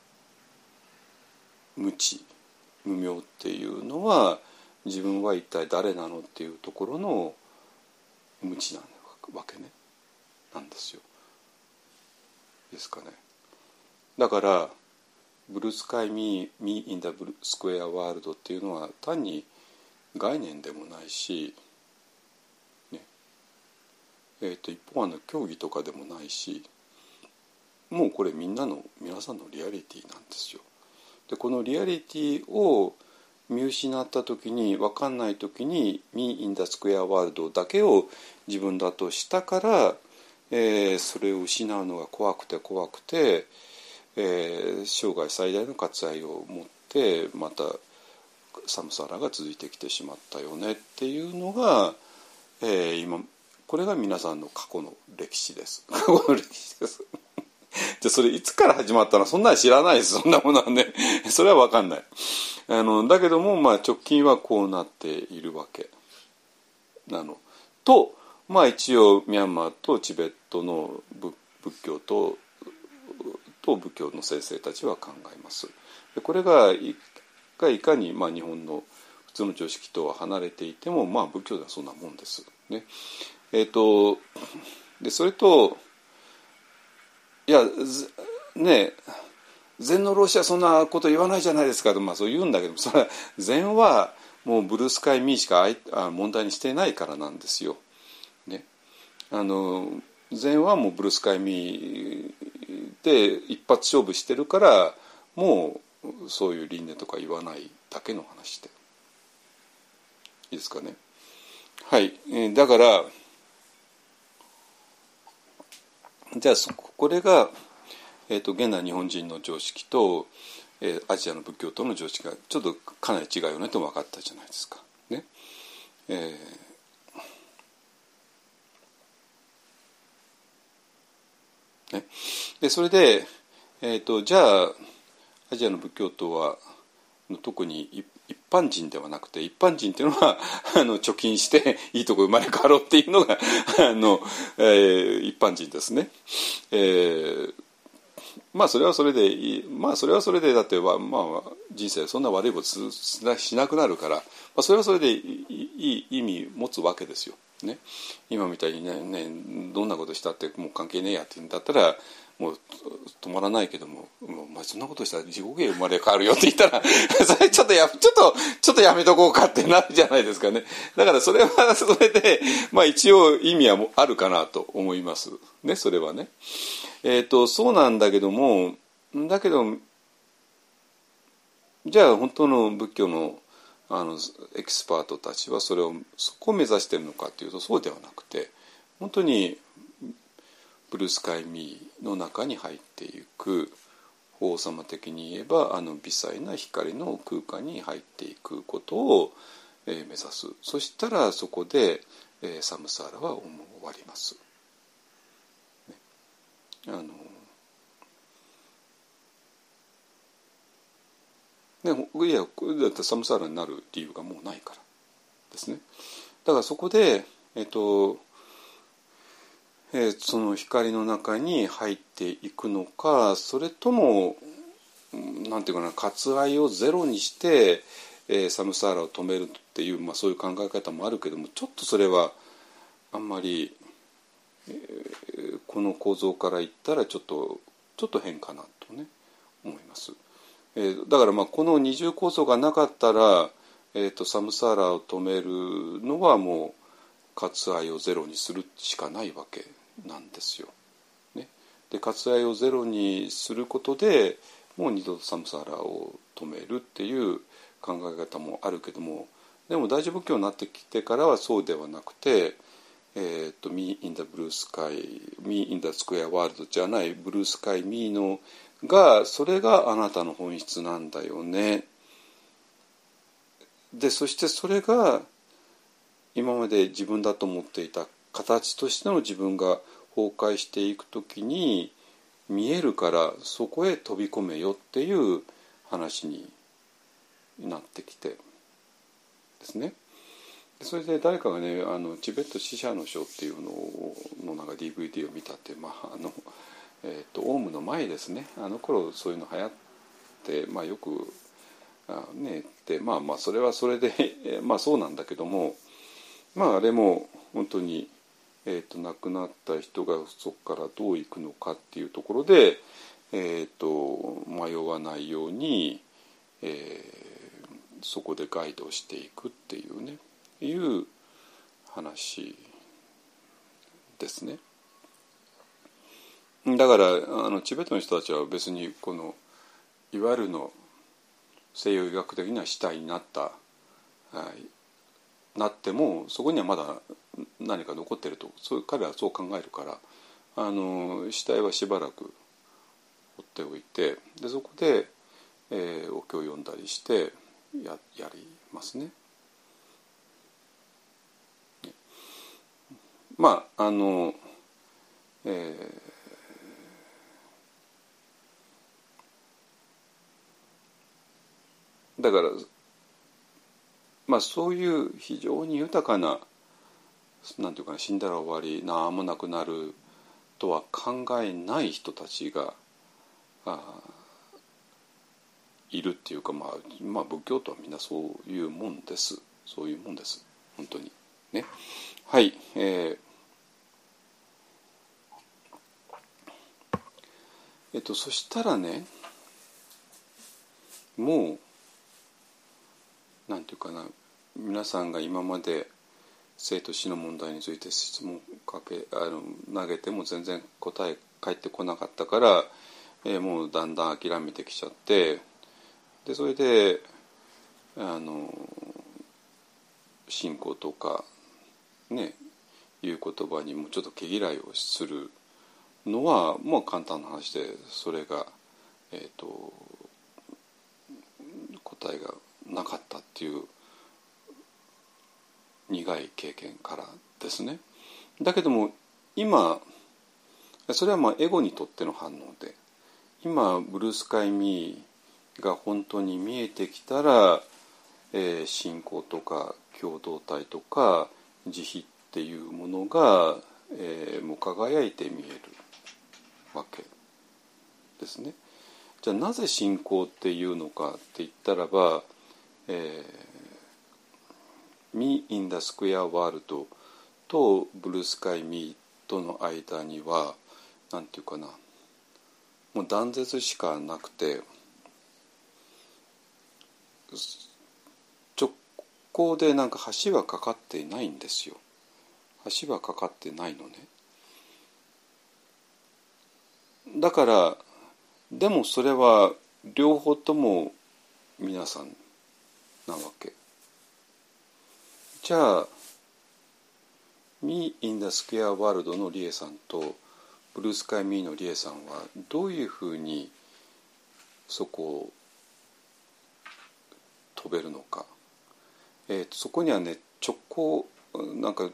無知、無明っていうのは、自分は一体誰なのっていうところの無知なわけね、なんですよ。いいですかね。だからブルースカイミーミーインダブルスクエアワールドっていうのは単に概念でもないし、ねえー、と一方の競技とかでもないし、もうこれみんなの皆さんのリアリティなんですよ。でこのリアリティを見失った時に、分かんない時に「Me in the Square World」だけを自分だとしたから、えー、それを失うのが怖くて怖くて、えー、生涯最大の割愛を持ってまたサムサラが続いてきてしまったよねっていうのが、えー、今これが皆さんの過去の歴史です。過去の歴史です。じゃそれいつから始まったの？そんなの知らないです。そんなものはね。それは分かんない。あのだけども、まあ、直近はこうなっているわけなのと、まあ、一応ミャンマーとチベットの仏教とと仏教の先生たちは考えます。でこれが い, がいかに、まあ、日本の普通の常識とは離れていても、まあ、仏教ではそんなもんです。ねえー、とでそれといやね禅の老子はそんなこと言わないじゃないですかと、まあ、そう言うんだけど、それは禅はもうブルースカイミーしか問題にしてないからなんですよ。ね、あの禅はもうブルースカイミーで一発勝負してるから、もうそういう輪廻とか言わないだけの話でいいですかね。はい、だからじゃあこれがえー、と現代日本人の常識と、えー、アジアの仏教との常識がちょっとかなり違うよねと分かったじゃないですか。ねえーね、でそれで、えー、とじゃあアジアの仏教徒は特に一般人ではなくて、一般人っていうのはあの貯金していいとこ生まれ変わろうっていうのがあの、えー、一般人ですね。えーまあそれはそれでいい、まあそれはそれでだってまあ人生そんな悪いことしなくなるから、まあ、それはそれでいい意味持つわけですよ。ね、今みたいに ね, ねどんなことしたってもう関係ねえやって言うんだったらもう止まらないけども、もうお前そんなことしたら地獄へ生まれ変わるよって言ったらそれちょっとやちょっとちょっとやめとこうかってなるじゃないですかね。だからそれはそれでまあ一応意味はあるかなと思いますね。それはね。えーとそうなんだけども、だけどじゃあ本当の仏教のあのエキスパートたちはそれをそこを目指しているのかというとそうではなくて、本当にブルースカイミーの中に入っていく、王様的に言えばあの微細な光の空間に入っていくことを、えー、目指す。そしたらそこで、えー、サムサーラは終わります、ね、あのね、いやだってサムサーラになる理由がもうないからですね。だからそこで、えっとえー、その光の中に入っていくのか、それともなんていうかな、割愛をゼロにして、えー、サムサーラを止めるっていう、まあ、そういう考え方もあるけども、ちょっとそれはあんまり、えー、この構造から言ったらちょっとちょっと変かなとね思います。えー、だからまあこの二重構造がなかったら、えー、とサムサーラを止めるのはもう割愛をゼロにするしかないわけなんですよ。ね、で割愛をゼロにすることでもう二度とサムサーラを止めるっていう考え方もあるけども、でも大乗仏教になってきてからはそうではなくて、えー、と Me in the Blue Sky Me in the Square World じゃないブルースカイ Me のがそれがあなたの本質なんだよね。でそしてそれが今まで自分だと思っていた形としての自分が崩壊していくときに見えるから、そこへ飛び込めよっていう話になってきてですね。それで誰かがね、あのチベット死者の書っていうののなんか ディーブイディー を見たって、まああのえー、とオウムの前ですね、あの頃そういうの流行って、まあ、よくあねで、まあまあそれはそれでまあそうなんだけども、まああれも本当に、えー、と亡くなった人がそこからどう行くのかっていうところで、えー、と迷わないように、えー、そこでガイドしていくっていうねいう話ですね。だからあのチベットの人たちは別にこのいわゆるの西洋医学的には死体になった、はい、なってもそこにはまだ何か残ってると、そう彼らはそう考えるから、あの死体はしばらく放っておいて、でそこで、えー、お経を読んだりしてや、やりますね。まああの、えー、だからまあそういう非常に豊かな、なんていうかな、死んだら終わり何もなくなるとは考えない人たちがあいるっていうか、まあ、まあ仏教とはみんなそういうもんです。そういうもんです本当にね。はい、えーえっと、そしたらね、もうなんていうかな、皆さんが今まで生と死の問題について質問かけあの投げても全然答え返ってこなかったから、えー、もうだんだん諦めてきちゃって、でそれであの信仰とかねいう言葉にもちょっと毛嫌いをするのはもう簡単な話で、それが、えーと、答えがなかったっていう苦い経験からですね。だけども今それはまあエゴにとっての反応で、今ブルースカイミーが本当に見えてきたら、えー、信仰とか共同体とか慈悲っていうものが、えー、もう輝いて見えるわけでですね。じゃあなぜ信仰っていうのかって言ったらば、えー、Me in the Square World とブルースカイミーとの間にはなんていうかな、もう断絶しかなくて、直行でなんか橋はかかっていないんですよ。橋はかかってないのね。だからでもそれは両方とも皆さんなわけ。じゃあ Me in the Square World のリエさんとブルースカイミーのリエさんはどういうふうにそこを飛べるのか、えー、とそこにはね直行なんか、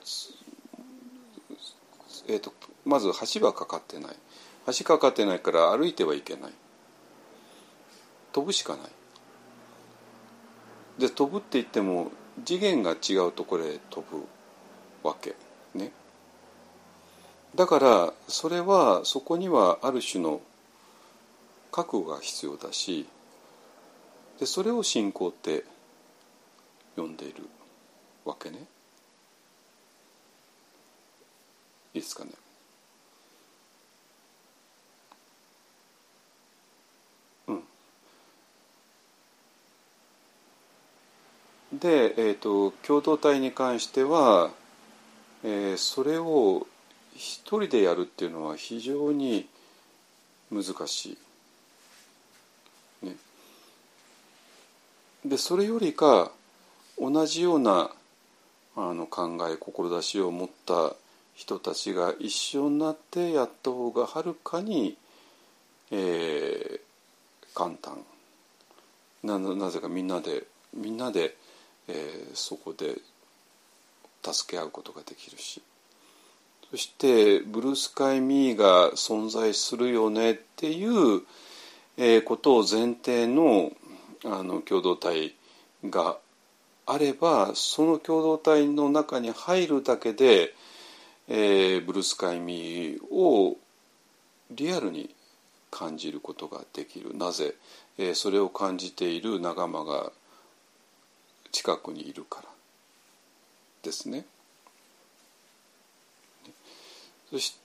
えー、とまず橋はかかってない。橋かかってないから歩いてはいけない。飛ぶしかない。で飛ぶって言っても次元が違うところへ飛ぶわけね。だからそれはそこにはある種の覚悟が必要だし、でそれを信仰って呼んでいるわけね。いいですかね。うんで、えーと、共同体に関しては、えー、それを一人でやるっていうのは非常に難しい、ね、でそれよりか同じようなあの考え志を持った人たちが一緒になってやった方がはるかに、えー、簡単 な, なぜかみんなでみんなで、えー、そこで助け合うことができるし、そしてブルースカイミーが存在するよねっていう、えー、ことを前提の、あの共同体があれば、その共同体の中に入るだけで、えー、ブルースカイミーをリアルに感じることができる。なぜ、えー、それを感じている仲間が近くにいるからですね。そして、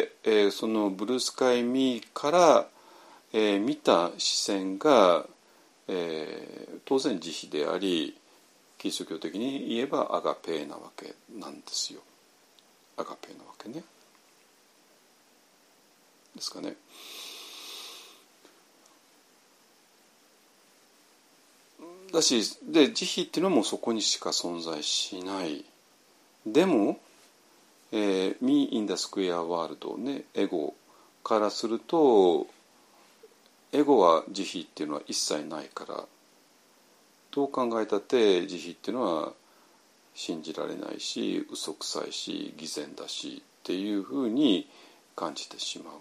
えー、そのブルースカイミーから、えー、見た視線が、えー、当然慈悲であり、キリスト教的に言えばアガペーなわけなんですよ。アガペーなわけね。ですかね。だし、で慈悲っていうのはもうそこにしか存在しない。でも、えー、Me in the Square World ね、エゴからすると、エゴは慈悲っていうのは一切ないから、どう考えたって慈悲っていうのは信じられないし、嘘くさいし、偽善だしっていうふうに感じてしま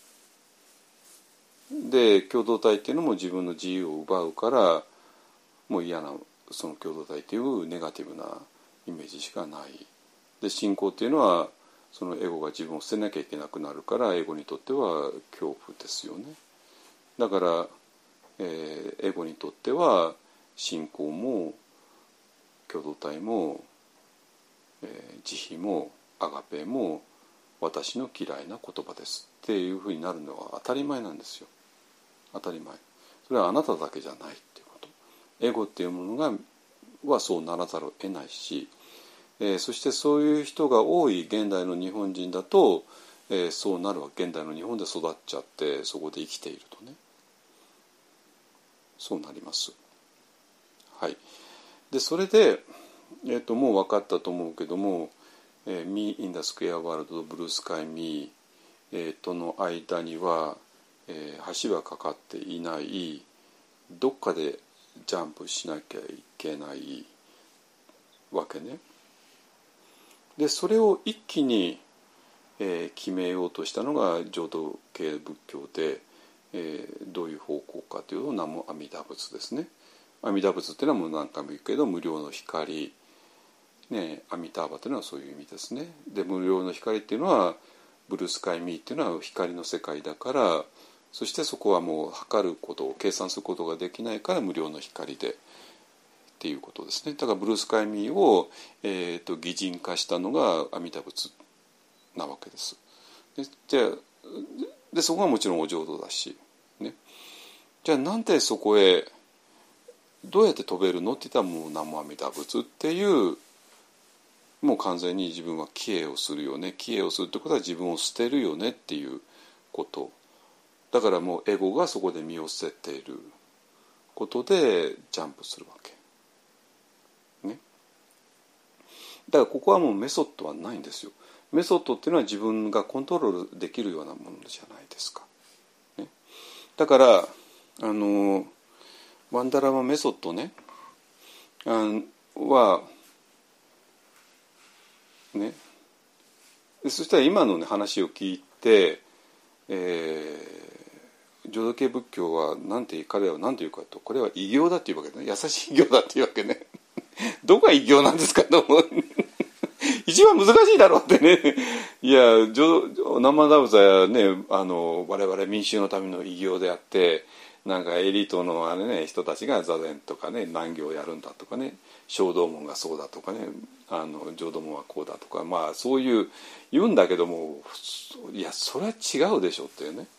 う。で、共同体っていうのも自分の自由を奪うから、もう嫌なその共同体というネガティブなイメージしかない。で、信仰っていうのはそのエゴが自分を捨てなきゃいけなくなるから、エゴにとっては恐怖ですよね。だから、えー、エゴにとっては信仰も共同体も、えー、慈悲もアガペも私の嫌いな言葉ですっていうふうになるのは当たり前なんですよ。当たり前。それはあなただけじゃないっていうこと。エゴっていうものがはそうならざるを得ないし、えー、そしてそういう人が多い現代の日本人だと、えー、そうなるわけ。現代の日本で育っちゃってそこで生きているとね、そうなります。はい。でそれで、えー、ともう分かったと思うけども、えー、Me in the Square World とブルースカイミー、えー、との間には、えー、橋はかかっていない、どっかでジャンプしなきゃいけないわけね。でそれを一気に、えー、決めようとしたのが浄土系仏教で、えー、どういう方向かというと、南無阿弥陀仏ですね。阿弥陀仏っていうのはもう何回も言うけど、無量の光、ね、阿弥陀仏というのはそういう意味ですね。で無量の光っていうのはブルースカイミーっていうのは光の世界だから、 そしてそこはもう測ることを計算することができないから無量の光でっていうことですね。だからブルースカイミーを、えー、と擬人化したのが阿弥陀仏なわけです。で, で, でそこはもちろんお浄土だし、ね、じゃあなんでそこへどうやって飛べるのって言ったらもう南無阿弥陀仏っていうもう完全に自分は帰依をするよね。帰依をするってことは自分を捨てるよねっていうことだからもうエゴがそこで身を捨てていることでジャンプするわけね。だからここはもうメソッドはないんですよ。メソッドっていうのは自分がコントロールできるようなものじゃないですか、ね、だからあのワンダラマメソッドねあはね、そしたら今の、ね、話を聞いて、えー、浄土系仏教はなんて彼らは何て言うかと、これは異教だっていうわけね。優しい異教だっていうわけね。どこが異教なんですかと思う。一番難しいだろうってね。いや南無阿弥陀仏はねあの我々民衆のための異教であって、なんかエリートのあれ、ね、人たちが座禅とかね難行をやるんだとかね、小道門がそうだとかね、あの浄土門はこうだとか、まあそういう言うんだけども、いやそれは違うでしょっていうね。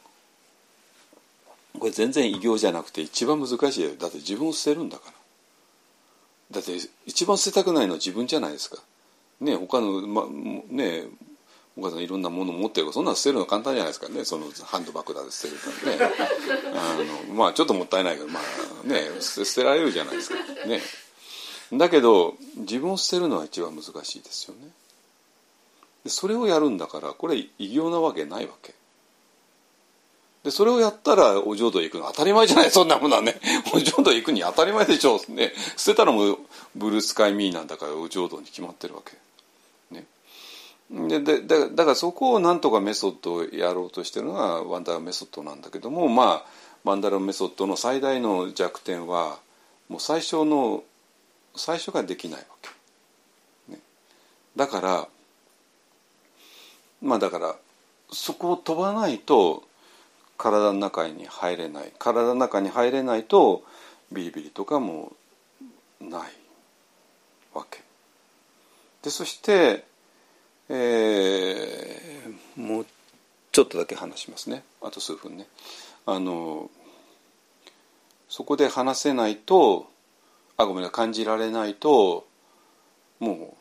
これ全然異教じゃなくて一番難しいよ。だって自分を捨てるんだから。だって一番捨てたくないのは自分じゃないですかね。他の、ま、ね岡さんいろんなものを持ってるから、そんなの捨てるの簡単じゃないですかね。そのハンドバッグだって捨てるからね。あのまあちょっともったいないけど、まあね捨てられるじゃないですかね。だけど自分を捨てるのは一番難しいですよね。でそれをやるんだから、これ異教なわけないわけで、それをやったらお浄土へ行くの当たり前じゃない。そんなものはね、お浄土へ行くに当たり前でしょうね。捨てたらもうブルースカイミーなんだからお浄土に決まってるわけね。ででだだからそこをなんとかメソッドをやろうとしてるのがワンダラメソッドなんだけども、まあワンダラメソッドの最大の弱点はもう最初の最初ができないわけ、ね、だからまあだからそこを飛ばないと体の中に入れない。体の中に入れないとビリビリとかもないわけで、そしてえー、もうちょっとだけ話しますね。あと数分ね。あのそこで話せないと、あごめんな感じられないと、も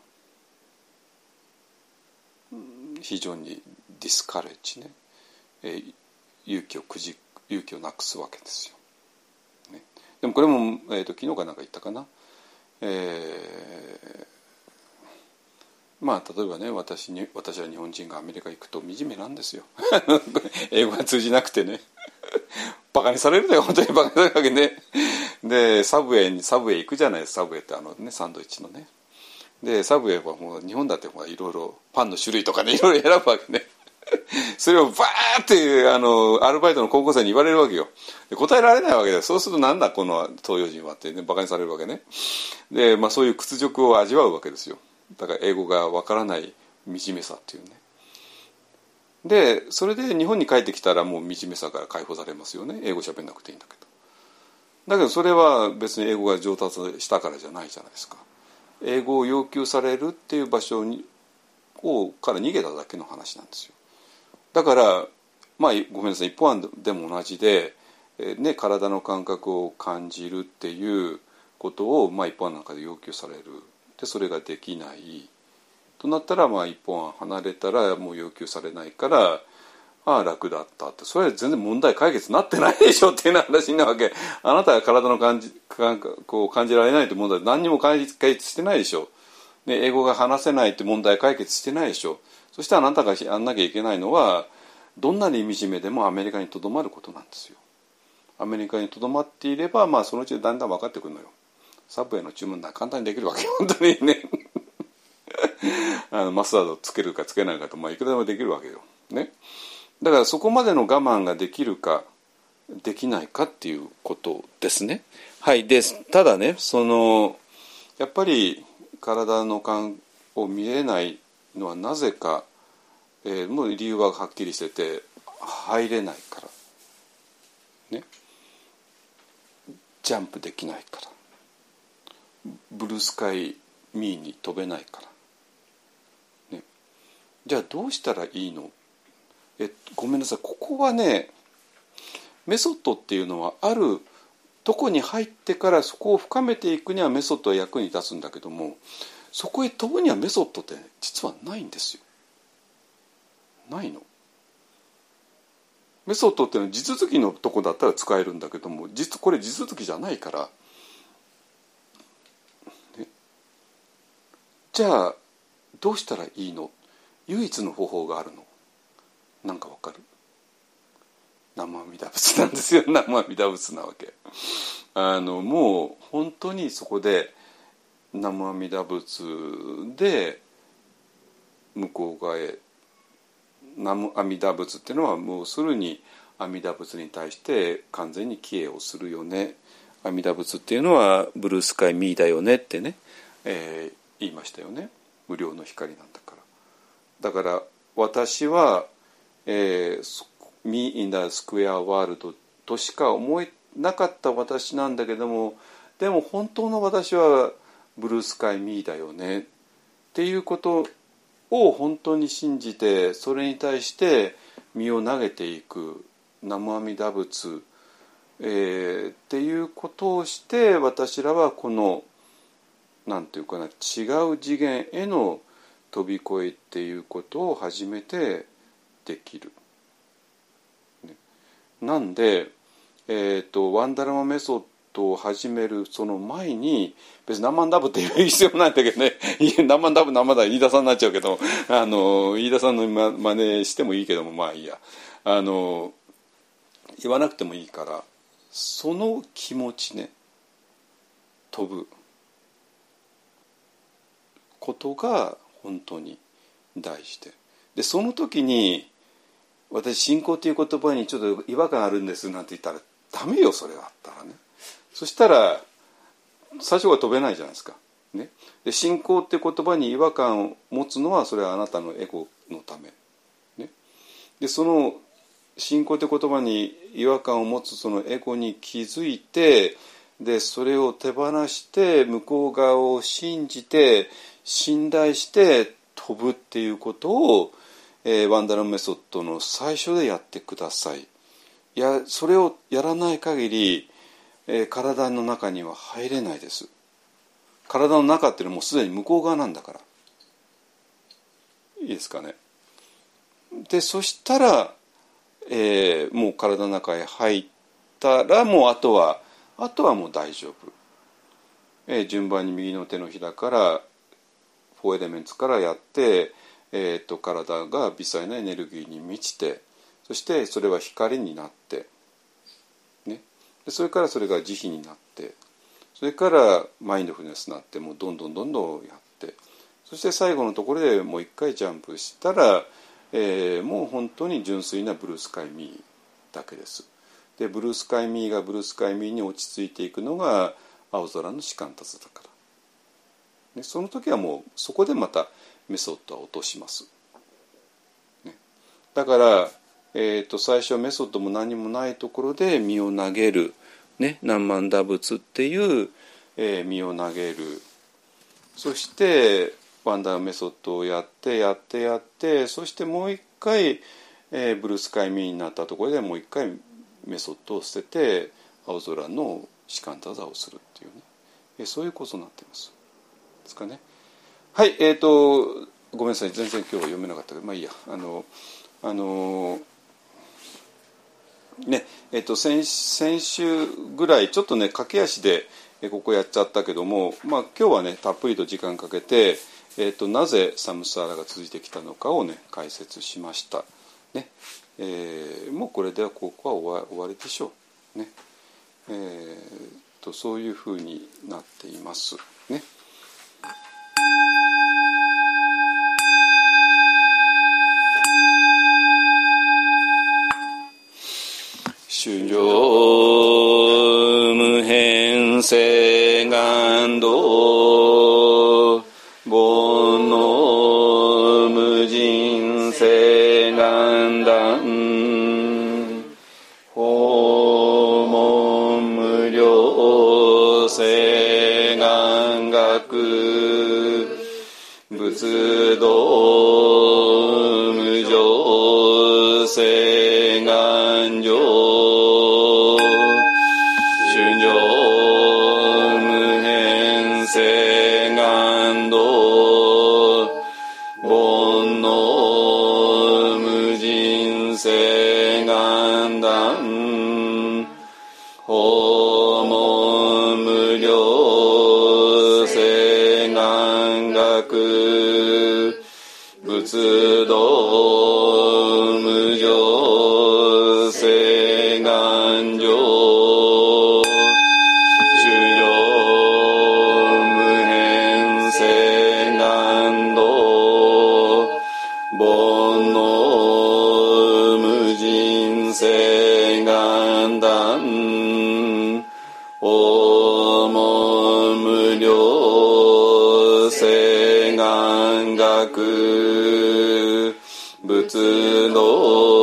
う非常にディスカレッジね、えー、勇気をくじ勇気をなくすわけですよ、ね、でもこれも、えーと、昨日かなんか言ったかな、えーまあ例えばね、私に私は日本人がアメリカ行くと惨めなんですよ。英語が通じなくてね、バカにされるのよ、本当にバカにされるわけね。でサブウェイにサブウェイ行くじゃないですか。サブウェイってあのねサンドイッチのね。でサブウェイはもう日本だっていろいろパンの種類とかねいろいろ選ぶわけね。それをバーってあのアルバイトの高校生に言われるわけよ。で答えられないわけだよ。そうするとなんだこの東洋人はって、ね、バカにされるわけね。で、まあ、そういう屈辱を味わうわけですよ。だから英語がわからない惨めさっていうね。でそれで日本に帰ってきたらもう惨めさから解放されますよね。英語喋んなくていいんだけど。だけどそれは別に英語が上達したからじゃないじゃないですか。英語を要求されるっていう場所にをから逃げただけの話なんですよ。だからまあごめんなさい、一方案でも同じで、えーね、体の感覚を感じるっていうことを、まあ、一方案の中で要求される。でそれができないとなったら、まあ一本離れたらもう要求されないから、ああ楽だったって、それは全然問題解決になってないでしょっていう話なわけ。あなたが体の感じ感覚を感じられないという問題何にも解決してないでしょ、ね、英語が話せないって問題解決してないでしょ。そしてあなたがやんなきゃいけないのは、どんなに惨めでもアメリカにとどまることなんですよ。アメリカにとどまっていれば、まあそのうちだんだん分かってくるのよ。サブウェイの注文が簡単にできるわけ。本当にねあのマスタードつけるかつけないかと、まあ、いくらでもできるわけよ、ね、だからそこまでの我慢ができるかできないかっていうことですね。はいです。ただね、そのやっぱり体の感を見えないのはなぜか、えー、もう理由ははっきりしてて、入れないからね、ジャンプできないから、ブルースカイミーに飛べないから、ね、じゃあどうしたらいいの？えごめんなさい、ここはね、メソッドっていうのはあるとこに入ってからそこを深めていくにはメソッドは役に立つんだけども、そこへ飛ぶにはメソッドって実はないんですよ。ないの。メソッドっていうのは地続きのとこだったら使えるんだけども、実これ地続きじゃないから、ね、じゃあどうしたらいいの？唯一の方法があるの。なんかわかる？南無阿弥陀仏なんですよ。南無阿弥陀仏なわけ。あのもう本当にそこで南無阿弥陀仏で向こう側へ、南無阿弥陀仏っていうのはもうするに阿弥陀仏に対して完全に帰依をするよね。阿弥陀仏っていうのはブルースカイミーだよねってね、えー、言いましたよね。無料の光なんだから。だから私は、えー、Me in the Square World としか思えなかった私なんだけども、でも本当の私はブルースカイミーだよねっていうことを本当に信じて、それに対して身を投げていく南無阿弥陀仏、えー、っていうことをして、私らはこのなんていうかな、違う次元への飛び越えっていうことを初めてできる。なんで、えーと、ワンダラマメソッドを始めるその前に、別に何万ダブって言う必要ないんだけどね、何万ダブ何万だ飯田さんになっちゃうけど、あの飯田さんの真似してもいいけども、まあいいや、あの言わなくてもいいから、その気持ちね、飛ぶことが本当に大事で、でその時に私信仰という言葉にちょっと違和感あるんですなんて言ったらダメよ、それがあったらね。そしたら最初は飛べないじゃないですか、ね、で信仰っていう言葉に違和感を持つのはそれはあなたのエゴのため、ね、でその信仰って言葉に違和感を持つそのエゴに気づいて、でそれを手放して向こう側を信じて信頼して飛ぶっていうことを、えー、ワンダラメソッドの最初でやってください。いや、それをやらない限り、えー、体の中には入れないです。体の中っていうのはもうすでに向こう側なんだから。いいですかね。でそしたら、えー、もう体の中へ入ったら、もうあとはあとはもう大丈夫、えー、順番に右の手のひらからフォーエレメンツからやって、えー、と体が微細なエネルギーに満ちて、そしてそれは光になって、ね、でそれからそれが慈悲になって、それからマインドフルネスになって、もうどんどんどんどんやって、そして最後のところでもう一回ジャンプしたら、えー、もう本当に純粋なブルースカイミーだけです。でブルースカイミーがブルースカイミーに落ち着いていくのが青空の士官たつだから、ね、その時はもうそこでまたメソッドは落とします、ね、だから、えー、と最初メソッドも何もないところで身を投げる、ね、南蛮打仏っていう、えー、身を投げる、そしてワンダーメソッドをやってやってやって、そしてもう一回、えー、ブルースカイミーになったところでもう一回メソッドを捨てて青空の士官多座をするっていうね、えー、そういうことになっていますですかね。はい、えーとごめんなさい、全然今日は読めなかったけど、まあいいや。あのあのねえーと 先, 先週ぐらいちょっとね駆け足でここやっちゃったけども、まあ今日はねたっぷりと時間かけて、えーとなぜサムサーラが続いてきたのかをね解説しましたね。えー、もうこれではここは終 わ, 終わりでしょうね。えー、とそういうふうになっていますね。衆生無変性願道煩悩無尽性願断法仏道無常誓願上衆生無変誓願道煩悩無尽誓願断訪問無量誓願学仏道無常誓願上衆生無変誓願道煩悩無尽誓願断訪問無量誓願学仏道